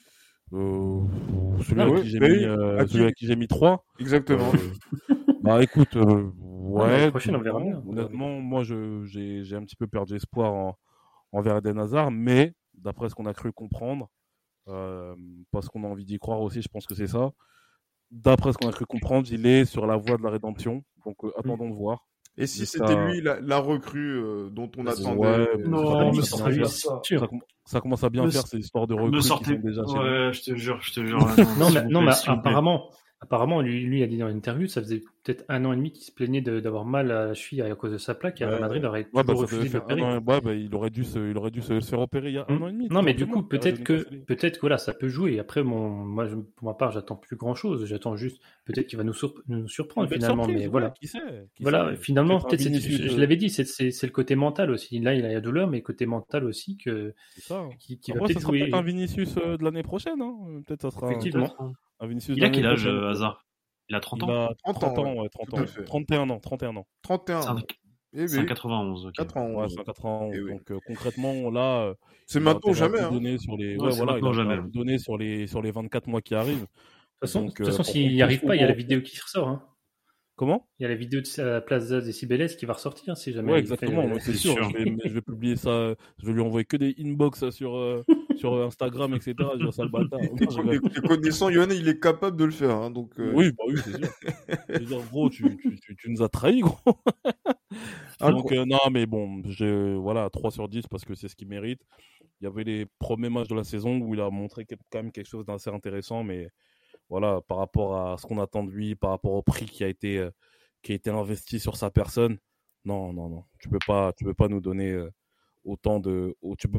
Celui à qui j'ai mis 3. Exactement. Bah écoute, ouais. La prochaine, on verra bien. Honnêtement, moi j'ai un petit peu perdu espoir envers Eden Hazard, mais d'après ce qu'on a cru comprendre, parce qu'on a envie d'y croire aussi, je pense que c'est ça. D'après ce qu'on a cru comprendre, il est sur la voie de la rédemption, donc attendons de voir. Et si c'était lui la recrue dont on attendait? Ouais, non, mais ça commence à bien faire ces histoires de recrues qui sont déjà chez ouais, je te jure. Non, mais apparemment, Apparemment, lui a dit dans l'interview, ça faisait peut-être 1 an et demi qu'il se plaignait d'avoir mal à la cheville à cause de sa plaque. Et Real Madrid aurait toujours refusé de l'opérer. Il aurait dû se faire opérer il y a 1 an et demi. Non, mais du coup, peut-être que voilà, ça peut jouer. Après, moi, pour ma part, j'attends plus grand-chose. J'attends juste peut-être qu'il va nous surprendre finalement. Surprise, mais voilà. Qui sait, finalement, peut-être je l'avais dit, c'est le côté mental aussi. Là, il a la douleur, mais côté mental aussi qui va peut-être jouer. Peut-être un Vinicius de l'année prochaine. Hein. Peut-être ça sera effectivement. Un Vinicius. Il a quel âge, Hazard? Il a 30 ans. Il a 30 ans, ouais, 31 ans. 31. C'est un 91. Okay. 91. Ouais, c'est un 91. Donc concrètement, là, c'est maintenant ou jamais. Donné sur les, donné sur les 24 mois qui arrivent. De toute façon, s'il n'y arrive pas, il y a la vidéo qui ressort. Hein. Comment? Il y a la vidéo de la Plaza des Cibeles qui va ressortir si jamais. Ouais, exactement. C'est sûr. Je vais publier ça. Je vais lui envoyer que des inbox sur Instagram, etc. Je vais ça le bâtard. Les connaissants, Yohann, il est capable de le faire. Hein, donc, oui, c'est sûr. Je veux dire, gros, tu nous as trahis, gros. Donc, non, mais bon, 3 sur 10 parce que c'est ce qu'il mérite. Il y avait les premiers matchs de la saison où il a montré quand même quelque chose d'assez intéressant, mais voilà, par rapport à ce qu'on attend de lui, par rapport au prix qui a été investi sur sa personne, non, tu peux pas nous donner autant de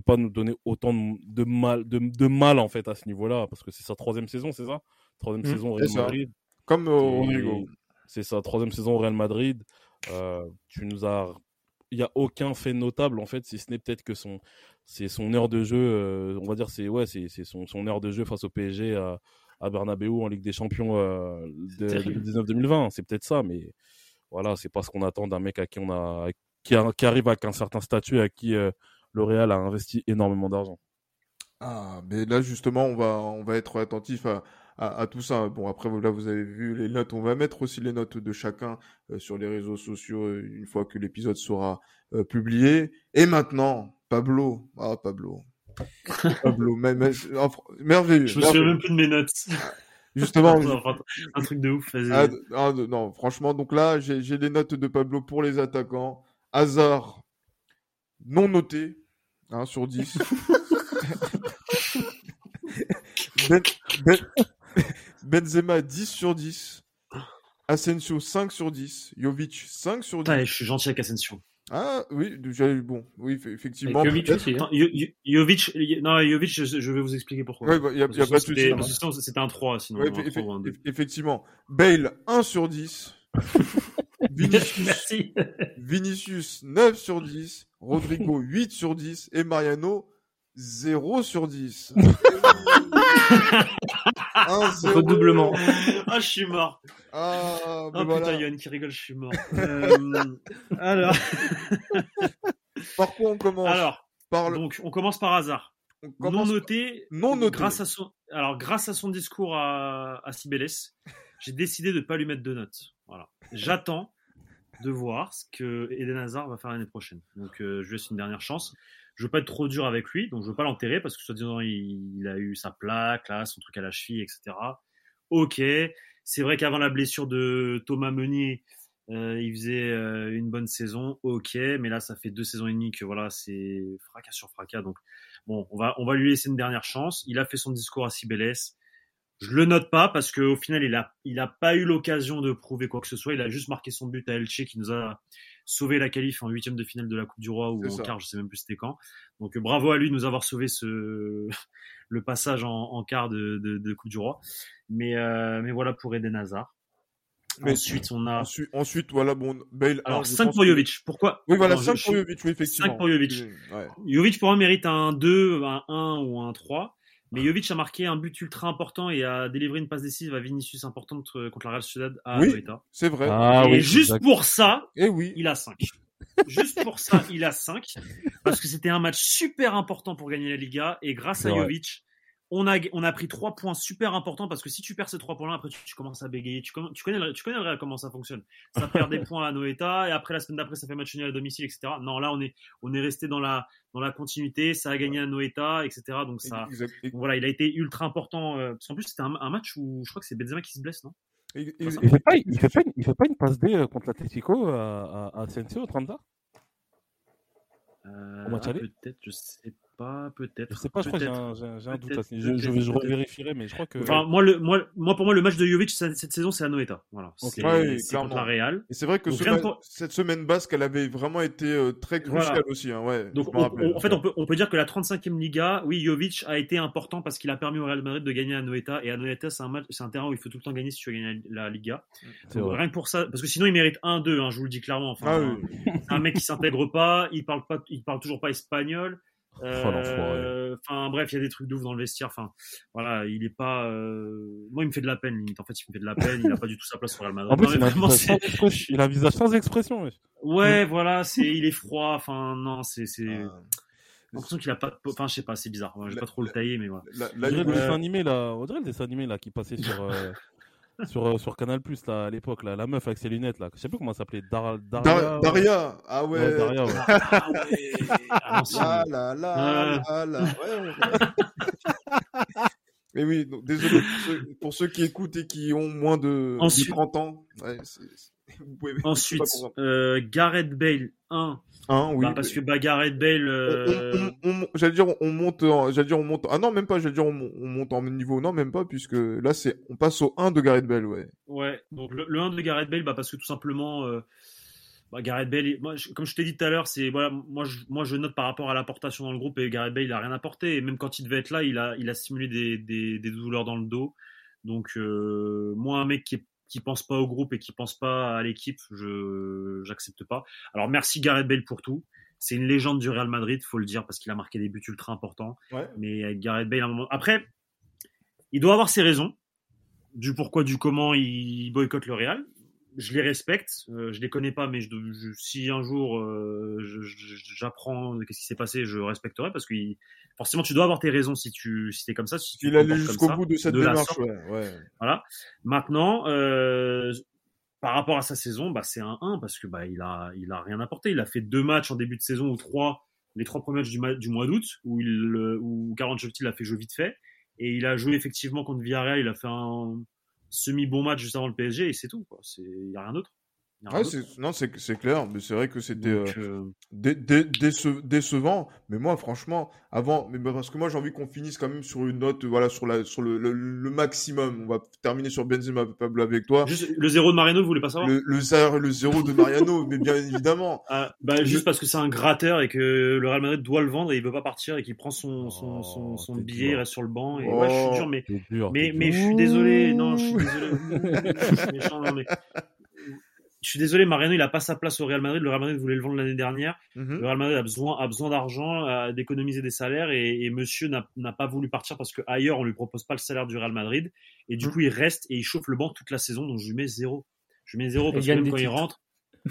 mal en fait à ce niveau-là, parce que c'est sa 3e saison, c'est ça? 3e saison au Real Madrid. Comme Rodrigo. C'est sa 3e saison au Real Madrid. Il n'y a aucun fait notable en fait, si ce n'est peut-être que c'est son heure de jeu, on va dire c'est son heure de jeu face au PSG à Bernabeu en Ligue des Champions de 2019-2020, c'est peut-être ça, mais voilà, c'est pas ce qu'on attend d'un mec à qui qui arrive avec un certain statut, à qui le Real a investi énormément d'argent. Ah, mais là justement, on va être attentif à tout ça. Bon, après, là, vous avez vu les notes. On va mettre aussi les notes de chacun sur les réseaux sociaux une fois que l'épisode sera publié. Et maintenant, Pablo. Ah, Pablo, merveilleux. Je me souviens même plus de mes notes. Justement. Un truc de ouf, vas-y. Non, franchement, donc là, j'ai les notes de Pablo pour les attaquants. Hazard, non noté, sur 10. Benzema 10 sur 10. Asensio 5 sur 10. Jovic 5 sur 10. Putain, je suis gentil avec Asensio. Ah oui, effectivement. Jovic aussi. Jovic, je vais vous expliquer pourquoi. Ouais, y a pas de souci. Sinon, c'était un 3, sinon. Ouais, effectivement. Bale 1 sur 10. Merci. Vinicius 9 sur 10. Rodrigo 8 sur 10. Et Mariano 0 sur 10. Redoublement. Ah, je suis mort. Ah, mais putain, Yohann qui rigole, je suis mort. Alors. Par quoi on commence? Donc, on commence par Hazard. Non noté. Grâce à son discours à Cibeles, j'ai décidé de ne pas lui mettre de notes. Voilà. J'attends de voir ce que Eden Hazard va faire l'année prochaine. Donc, je lui laisse une dernière chance. Je veux pas être trop dur avec lui, donc je veux pas l'enterrer parce que soi-disant il a eu sa plaque, là, son truc à la cheville, etc. Ok, c'est vrai qu'avant la blessure de Thomas Meunier, il faisait une bonne saison. Ok, mais là ça fait 2 saisons et demie que voilà, c'est fracas sur fracas. Donc bon, on va lui laisser une dernière chance. Il a fait son discours à Cibeles. Je le note pas parce qu'au final il a pas eu l'occasion de prouver quoi que ce soit. Il a juste marqué son but à Elche qui nous a sauvé la qualif en 8e de finale de la Coupe du Roi ou en quart, je sais même plus c'était quand. Donc bravo à lui de nous avoir sauvé le passage en quart de Coupe du Roi. Mais voilà pour Eden Hazard. Mais ensuite on a ensuite voilà bon Bale. Alors 5 pour Jovic. Pourquoi? Oui voilà, 5 pour Jovic, oui effectivement. 5 pour Jovic. Ouais. Jovic pour moi mérite un 2, un 1 ou un 3. Mais Jovic a marqué un but ultra important et a délivré une passe décisive à Vinicius importante contre la Real Sociedad à Noeta. C'est vrai. Et juste pour ça, il a 5. Juste pour ça, il a 5. Parce que c'était un match super important pour gagner la Liga. Et grâce à Jovic, on a pris 3 points super importants parce que si tu perds ces 3 points-là, après tu commences à bégayer. Tu connais le Real, comment ça fonctionne. Ça perd des points à Noeta et après la semaine d'après, ça fait match nul à domicile, etc. Non, là, on est resté dans la continuité. Ça a gagné à Noeta, etc. Donc voilà, il a été ultra important. Parce qu'en plus, c'était un match où je crois que c'est Benzema qui se blesse, non? Il fait pas une passe D contre l'Atlético à Asensio au 30 peut-être, je sais pas, peut-être. Je sais pas, je crois que j'ai un doute. Je revérifierai, mais je crois que. Enfin, pour moi, le match de Jovic cette saison, c'est Anoeta. Voilà. C'est contre la Real. Et c'est vrai que cette semaine basque, elle avait vraiment été très cruciale aussi. Hein, ouais, donc, en fait, on peut dire que la 35e Liga, oui, Jovic a été important parce qu'il a permis au Real Madrid de gagner Anoeta. Et Anoeta, c'est un terrain où il faut tout le temps gagner si tu veux gagner la Liga. Donc, rien que pour ça, parce que sinon, il mérite 1-2, hein, je vous le dis clairement. Enfin, c'est un mec qui s'intègre pas, il parle toujours pas espagnol. Enfin bref, il y a des trucs d'ouf dans le vestiaire. Enfin voilà, il est pas. Moi, il me fait de la peine limite. En fait, il me fait de la peine. Il a pas du tout sa place au Real Madrid. En plus, il a un visage sans expression. Ouais, voilà, il est froid. Enfin non, c'est. J'ai l'impression qu'il a pas. Enfin, je sais pas, c'est bizarre. Je vais pas trop le tailler, mais voilà. On dirait le dessin animé là qui passait sur Canal Plus là à l'époque là, la meuf avec ses lunettes là, je sais plus comment ça s'appelait, Daria. Ah ouais. Daria, ouais. Mais oui, donc, désolé pour ceux qui écoutent et qui ont moins de 30 ans. Ouais, ensuite, Gareth Bale 1. Oui. Parce que Gareth Bale. On monte. Ah non, même pas. On monte en niveau. Non, même pas, puisque là on passe au 1 de Gareth Bale, ouais. Ouais. Donc le 1 de Gareth Bale, parce que tout simplement, Gareth Bale, comme je t'ai dit tout à l'heure, c'est voilà, moi je note par rapport à l'apportation dans le groupe, et Gareth Bale il a rien apporté. Et même quand il devait être là, il a simulé des douleurs dans le dos. Donc moi, un mec qui pense pas au groupe et qui pense pas à l'équipe, j'accepte pas. Alors merci Gareth Bale pour tout. C'est une légende du Real Madrid, faut le dire, parce qu'il a marqué des buts ultra importants. Ouais. Mais Gareth Bale, à un moment. Après, il doit avoir ses raisons du pourquoi, du comment il boycotte le Real. Je les respecte, je les connais pas, mais si un jour j'apprends qu'est-ce qui s'est passé, je respecterai, parce que forcément tu dois avoir tes raisons si t'es comme ça. Si tu il allait jusqu'au bout de cette démarche, ouais. Voilà. Maintenant, par rapport à sa saison, c'est un 1 parce que il a rien apporté. Il a fait 2 matchs en début de saison, ou 3, les 3 premiers matchs du mois d'août, où Carlo Ancelotti l'a fait jouer vite fait, et il a joué effectivement contre Villarreal. Il a fait un semi-bon match juste avant le PSG, et c'est tout, quoi. Il y a rien d'autre. C'est clair, mais c'est vrai que c'était décevant. Mais moi, franchement, parce que moi, j'ai envie qu'on finisse quand même sur une note, voilà, sur le maximum. On va terminer sur Benzema, Pablo, avec toi. Juste le 0 de Mariano, vous voulez pas savoir? Le 0 de Mariano, mais bien évidemment. Juste parce que c'est un gratteur et que le Real Madrid doit le vendre et il veut pas partir et qu'il prend son billet, il reste sur le banc. Et je suis dur, mais je suis désolé. Non, je suis désolé. Je suis méchant, non, mais. Je suis désolé, Mariano, il a pas sa place au Real Madrid. Le Real Madrid voulait le vendre l'année dernière. Le Real Madrid a besoin d'argent, d'économiser des salaires, et monsieur n'a pas voulu partir parce que ailleurs on lui propose pas le salaire du Real Madrid, et du coup il reste et il chauffe le banc toute la saison. Donc je lui mets 0. parce que même quand il rentre.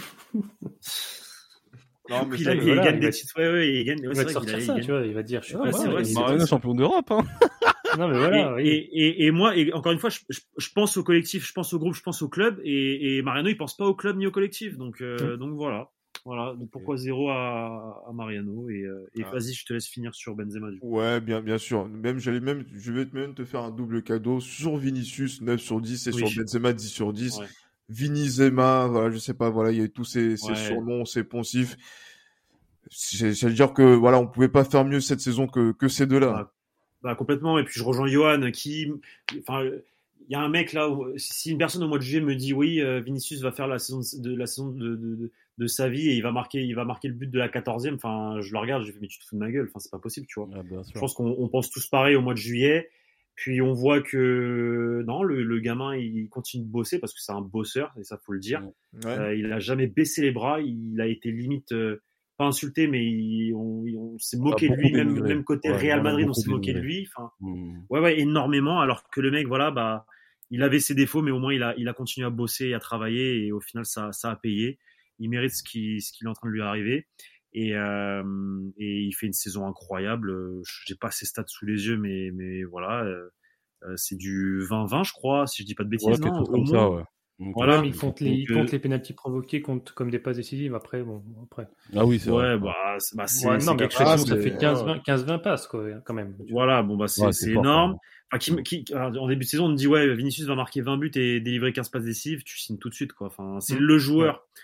Non, mais il gagne des titres. Ouais, il gagne. Il va sortir ça, tu vois. Il va dire, je sais pas. Mariano champion d'Europe, hein. Non, mais voilà. Et moi, encore une fois, je pense au collectif, je pense au groupe, je pense au club, et Mariano, il pense pas au club ni au collectif. Donc voilà. Donc pourquoi 0 à Mariano, et vas-y, je te laisse finir sur Benzema. Du coup. Ouais, bien sûr. Je vais même te faire un double cadeau sur Vinicius, 9 sur 10, et sur Benzema, 10 sur 10. Ouais. Vinizema, voilà, je sais pas, voilà, il y a eu tous ces surnoms, ces poncifs. J'allais dire que voilà, on pouvait pas faire mieux cette saison que ces deux-là. Complètement. Et puis je rejoins Johan il y a un mec là, si une personne au mois de juillet me dit oui, Vinicius va faire la saison de sa vie et il va marquer le but de la 14e, enfin je le regarde, je fais mais tu te fous de ma gueule, enfin c'est pas possible, tu vois. Je pense qu'on pense tous pareil au mois de juillet. Puis on voit que non, le gamin il continue de bosser parce que c'est un bosseur, et ça faut le dire. Ouais. Il a jamais baissé les bras, il a été limite pas insulté, mais on s'est moqué de lui, même côté Real Madrid, on s'est moqué de lui. Enfin, ouais, énormément. Alors que le mec, voilà, il avait ses défauts, mais au moins il a continué à bosser et à travailler, et au final ça a payé. Il mérite ce qui est en train de lui arriver. Et il fait une saison incroyable. J'ai pas ses stats sous les yeux, mais voilà, c'est du 20-20, je crois, si je dis pas de bêtises. Ouais, comme ça, ouais. Voilà, mais il compte les pénaltys provoqués comme des passes décisives après. Ah oui, c'est vrai. Ça fait 15-20 passes, quoi, quand même. Voilà, c'est énorme. En début de saison, on me dit, Vinicius va marquer 20 buts et délivrer 15 passes décisives, tu signes tout de suite, quoi. Enfin, c'est le joueur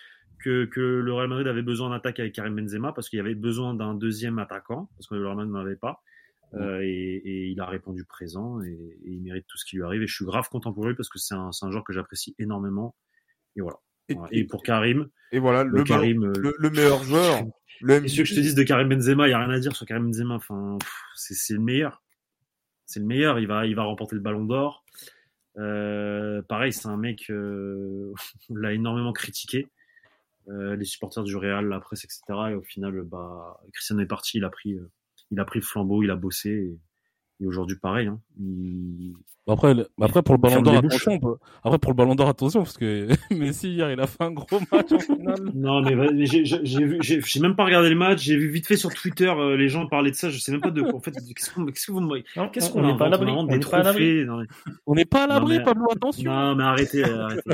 que le Real Madrid avait besoin d'attaque avec Karim Benzema parce qu'il y avait besoin d'un deuxième attaquant parce que le Real Madrid n'en avait pas. Et il a répondu présent et il mérite tout ce qui lui arrive. Et je suis grave content pour lui parce que c'est un joueur que j'apprécie énormément. Et voilà. Et pour Karim. Et voilà, le meilleur joueur. Et ce que je te dise de Karim Benzema, il n'y a rien à dire sur Karim Benzema. Enfin, c'est le meilleur. C'est le meilleur. Il va remporter le Ballon d'Or. Pareil, c'est un mec, on l'a énormément critiqué. Les supporters du Real, la presse, etc. Et au final, Cristiano est parti, il a pris le flambeau, il a bossé. Et aujourd'hui, pareil. Hein, Après, pour le Ballon d'Or, attention. Après, pour le Ballon d'Or, attention, parce que Messi, hier, il a fait un gros match en finale. Non, mais j'ai même pas regardé le match. J'ai vu vite fait sur Twitter, les gens parlaient de ça. Je sais même pas de quoi. En fait, qu'est-ce qu'on n'est pas à l'abri. On n'est pas à l'abri, Pablo, attention. Non, mais arrêtez.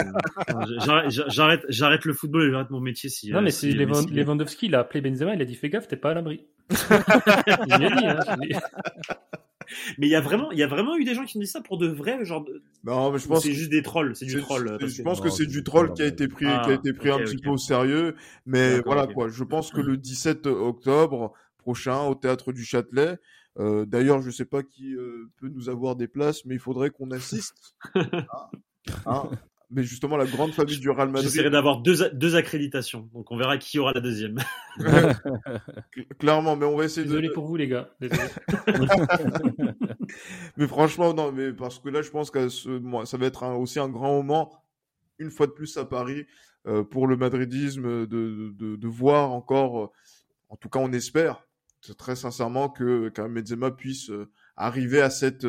J'arrête le football et j'arrête mon métier si. Non, mais si Lewandowski, il a appelé Benzema, il a dit fais gaffe, t'es pas à l'abri. Je l'ai dit, hein. Mais il y a vraiment eu des gens qui me disent ça pour de vrai, genre. Non, mais je pense c'est juste des trolls, c'est du troll. Je pense que c'est du troll qui a été pris, un petit peu au sérieux. Mais voilà quoi. Je pense que le 17 octobre prochain au Théâtre du Châtelet. D'ailleurs, je sais pas qui peut nous avoir des places, mais il faudrait qu'on assiste. Mais justement, la grande famille du Real Madrid. J'essaierai d'avoir deux accréditations. Donc, on verra qui aura la deuxième. Clairement, mais on va essayer Désolé pour vous, les gars. Désolé. Mais franchement, non, mais parce que là, je pense que ça va être aussi un grand moment, une fois de plus à Paris, pour le madridisme, de voir encore, en tout cas, on espère, très sincèrement, que Karim Benzema puisse arriver à cet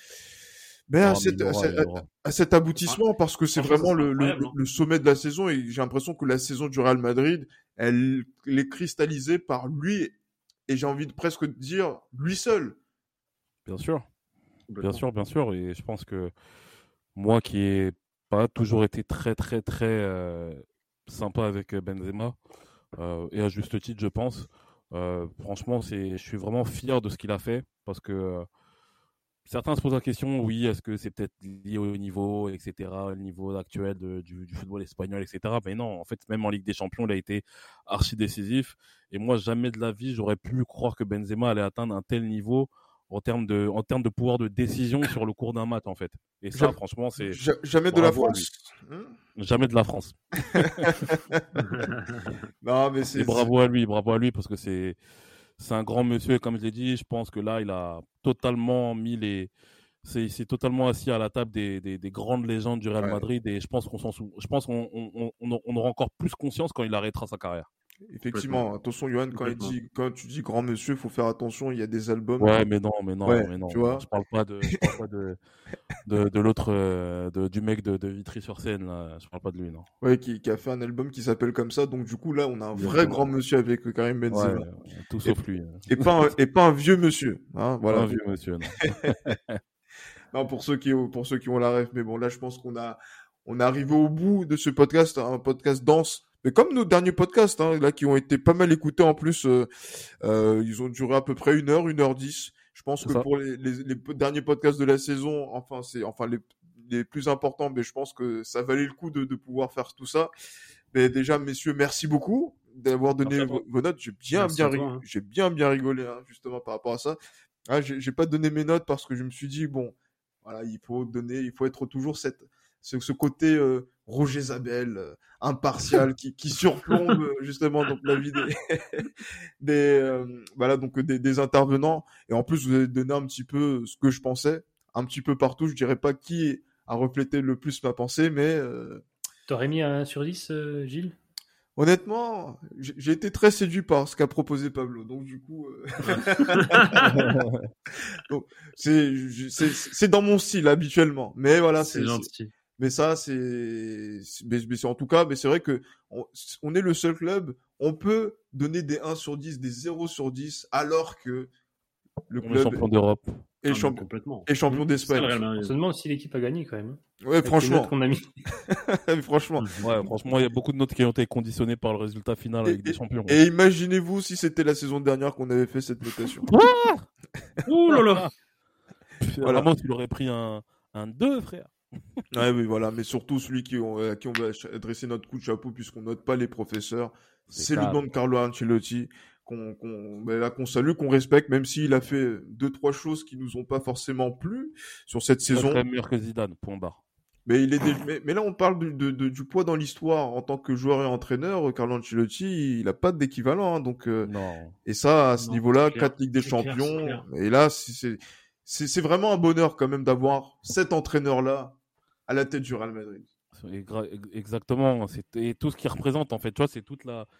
aboutissement, parce que c'est vraiment le sommet de la saison, et j'ai l'impression que la saison du Real Madrid, elle est cristallisée par lui, et j'ai envie de presque dire lui seul. Bien sûr, et je pense que moi qui ai pas toujours été très très très sympa avec Benzema, et à juste titre je pense, franchement je suis vraiment fier de ce qu'il a fait, parce que certains se posent la question, oui, est-ce que c'est peut-être lié au niveau, etc., le niveau actuel du football espagnol, etc. Mais non, en fait, même en Ligue des Champions, il a été archi décisif. Et moi, jamais de la vie, j'aurais pu croire que Benzema allait atteindre un tel niveau en termes de pouvoir de décision sur le cours d'un match, en fait. Et ça, franchement, c'est... Jamais de la France. Jamais de la France. Non, mais c'est... Et bravo à lui, parce que c'est un grand monsieur, et comme je l'ai dit, je pense que là, il a totalement mis c'est totalement assis à la table des grandes légendes du Real Madrid, et je pense qu'on aura encore plus conscience quand il arrêtera sa carrière. Effectivement, attention Johan, quand tu dis grand monsieur, faut faire attention, il y a des albums. Ouais, mais non. Tu vois, je parle pas de l'autre, du mec de Vitry-sur-Seine, là. Je parle pas de lui, non. Ouais, qui a fait un album qui s'appelle comme ça, donc du coup là, on a un vrai grand monsieur avec Karim Benzema. Ouais, tout sauf lui. Et pas un vieux monsieur, hein, voilà. Pas un vieux monsieur, non. Non, pour ceux qui ont la ref, mais bon, là, je pense qu'on est arrivé au bout de ce podcast, un podcast dense. Mais comme nos derniers podcasts, hein, là, qui ont été pas mal écoutés en plus, ils ont duré à peu près 1h10. Je pense que pour les derniers podcasts de la saison, les plus importants, mais je pense que ça valait le coup de pouvoir faire tout ça. Mais déjà, messieurs, merci beaucoup d'avoir donné vos notes. J'ai bien rigolé, hein, justement, par rapport à ça. Ah, j'ai pas donné mes notes parce que je me suis dit, bon, voilà, il faut être toujours ce côté Roger Zabel, impartial, qui surplombe justement donc la vie des intervenants. Et en plus, vous avez donné un petit peu ce que je pensais, un petit peu partout. Je dirais pas qui a reflété le plus ma pensée, mais T'aurais mis un sur 10, Gilles? Honnêtement, j'ai été très séduit par ce qu'a proposé Pablo. Donc du coup, donc, c'est dans mon style habituellement. Mais voilà, c'est gentil. Mais ça, mais en tout cas, mais c'est vrai que on est le seul club. On peut donner des 1 sur 10, des 0 sur 10, alors que le club est champion d'Europe. Et champion d'Espagne. Seulement si l'équipe a gagné quand même. Ouais, franchement. Qu'on a mis. Franchement. Ouais, franchement, il y a beaucoup de notes qui ont été conditionnées par le résultat final avec des champions. Et imaginez-vous si c'était la saison dernière qu'on avait fait cette notation. Ouh là là. Vraiment, tu l'aurais pris un 2, frère. Ouais, oui, voilà. Mais surtout, celui à qui on va adresser notre coup de chapeau, puisqu'on note pas les professeurs, c'est le nom de Carlo Ancelotti, qu'on salue, qu'on respecte, même s'il a fait 2-3 choses qui nous ont pas forcément plu sur cette saison. Il est meilleur que Zidane, point barre. Mais mais là, on parle du poids dans l'histoire. En tant que joueur et entraîneur, Carlo Ancelotti, il a pas d'équivalent, hein, donc, Non. Et ça, à ce niveau-là, 4 Ligues des Champions. Et là, c'est vraiment un bonheur quand même d'avoir cet entraîneur-là à la tête du Real Madrid. Exactement. Et tout ce qu'il représente, en fait, tu vois, c'est toute la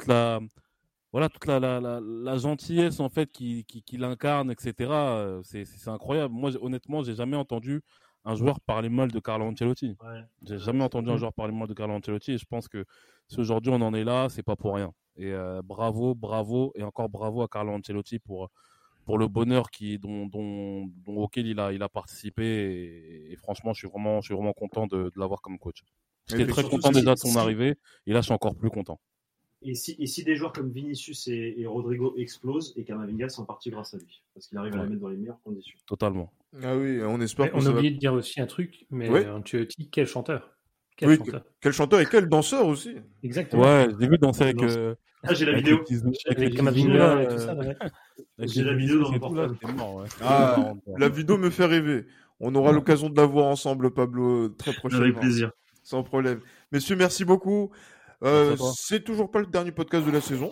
gentillesse, en fait, qu'il incarne, etc. C'est incroyable. Moi, honnêtement, j'ai jamais entendu un joueur parler mal de Carlo Ancelotti. Ouais. J'ai jamais entendu un joueur parler mal de Carlo Ancelotti, et je pense que si aujourd'hui on en est là, c'est pas pour rien. Et bravo, et encore bravo à Carlo Ancelotti pour le bonheur auquel il a participé. Et franchement, je suis vraiment content de l'avoir comme coach. J'étais très content déjà de son arrivée, et là je suis encore plus content. Et si des joueurs comme Vinicius et Rodrigo explosent, et Camavinga, c'est en partie grâce à lui, parce qu'il arrive à les mettre dans les meilleures conditions. Totalement. Ah oui, on espère. On a oublié de dire aussi un truc, mais Ancelotti, quel chanteur. Quel chanteur et quel danseur aussi. Exactement. Ouais, j'ai vu danser avec. J'ai la vidéo. Avec Camavinga et tout ça. Ouais. J'ai la vidéo dans le portable. La vidéo me fait rêver. On aura l'occasion de la voir ensemble, Pablo, très prochainement. Avec plaisir. Sans problème. Messieurs, merci beaucoup. C'est toujours pas le dernier podcast de la saison.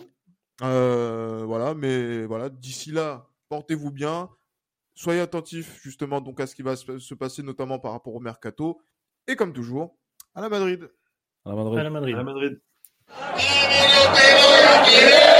Mais d'ici là, portez-vous bien. Soyez attentifs justement donc à ce qui va se passer, notamment par rapport au mercato. Et comme toujours, à la Madrid. À la Madrid. À la Madrid.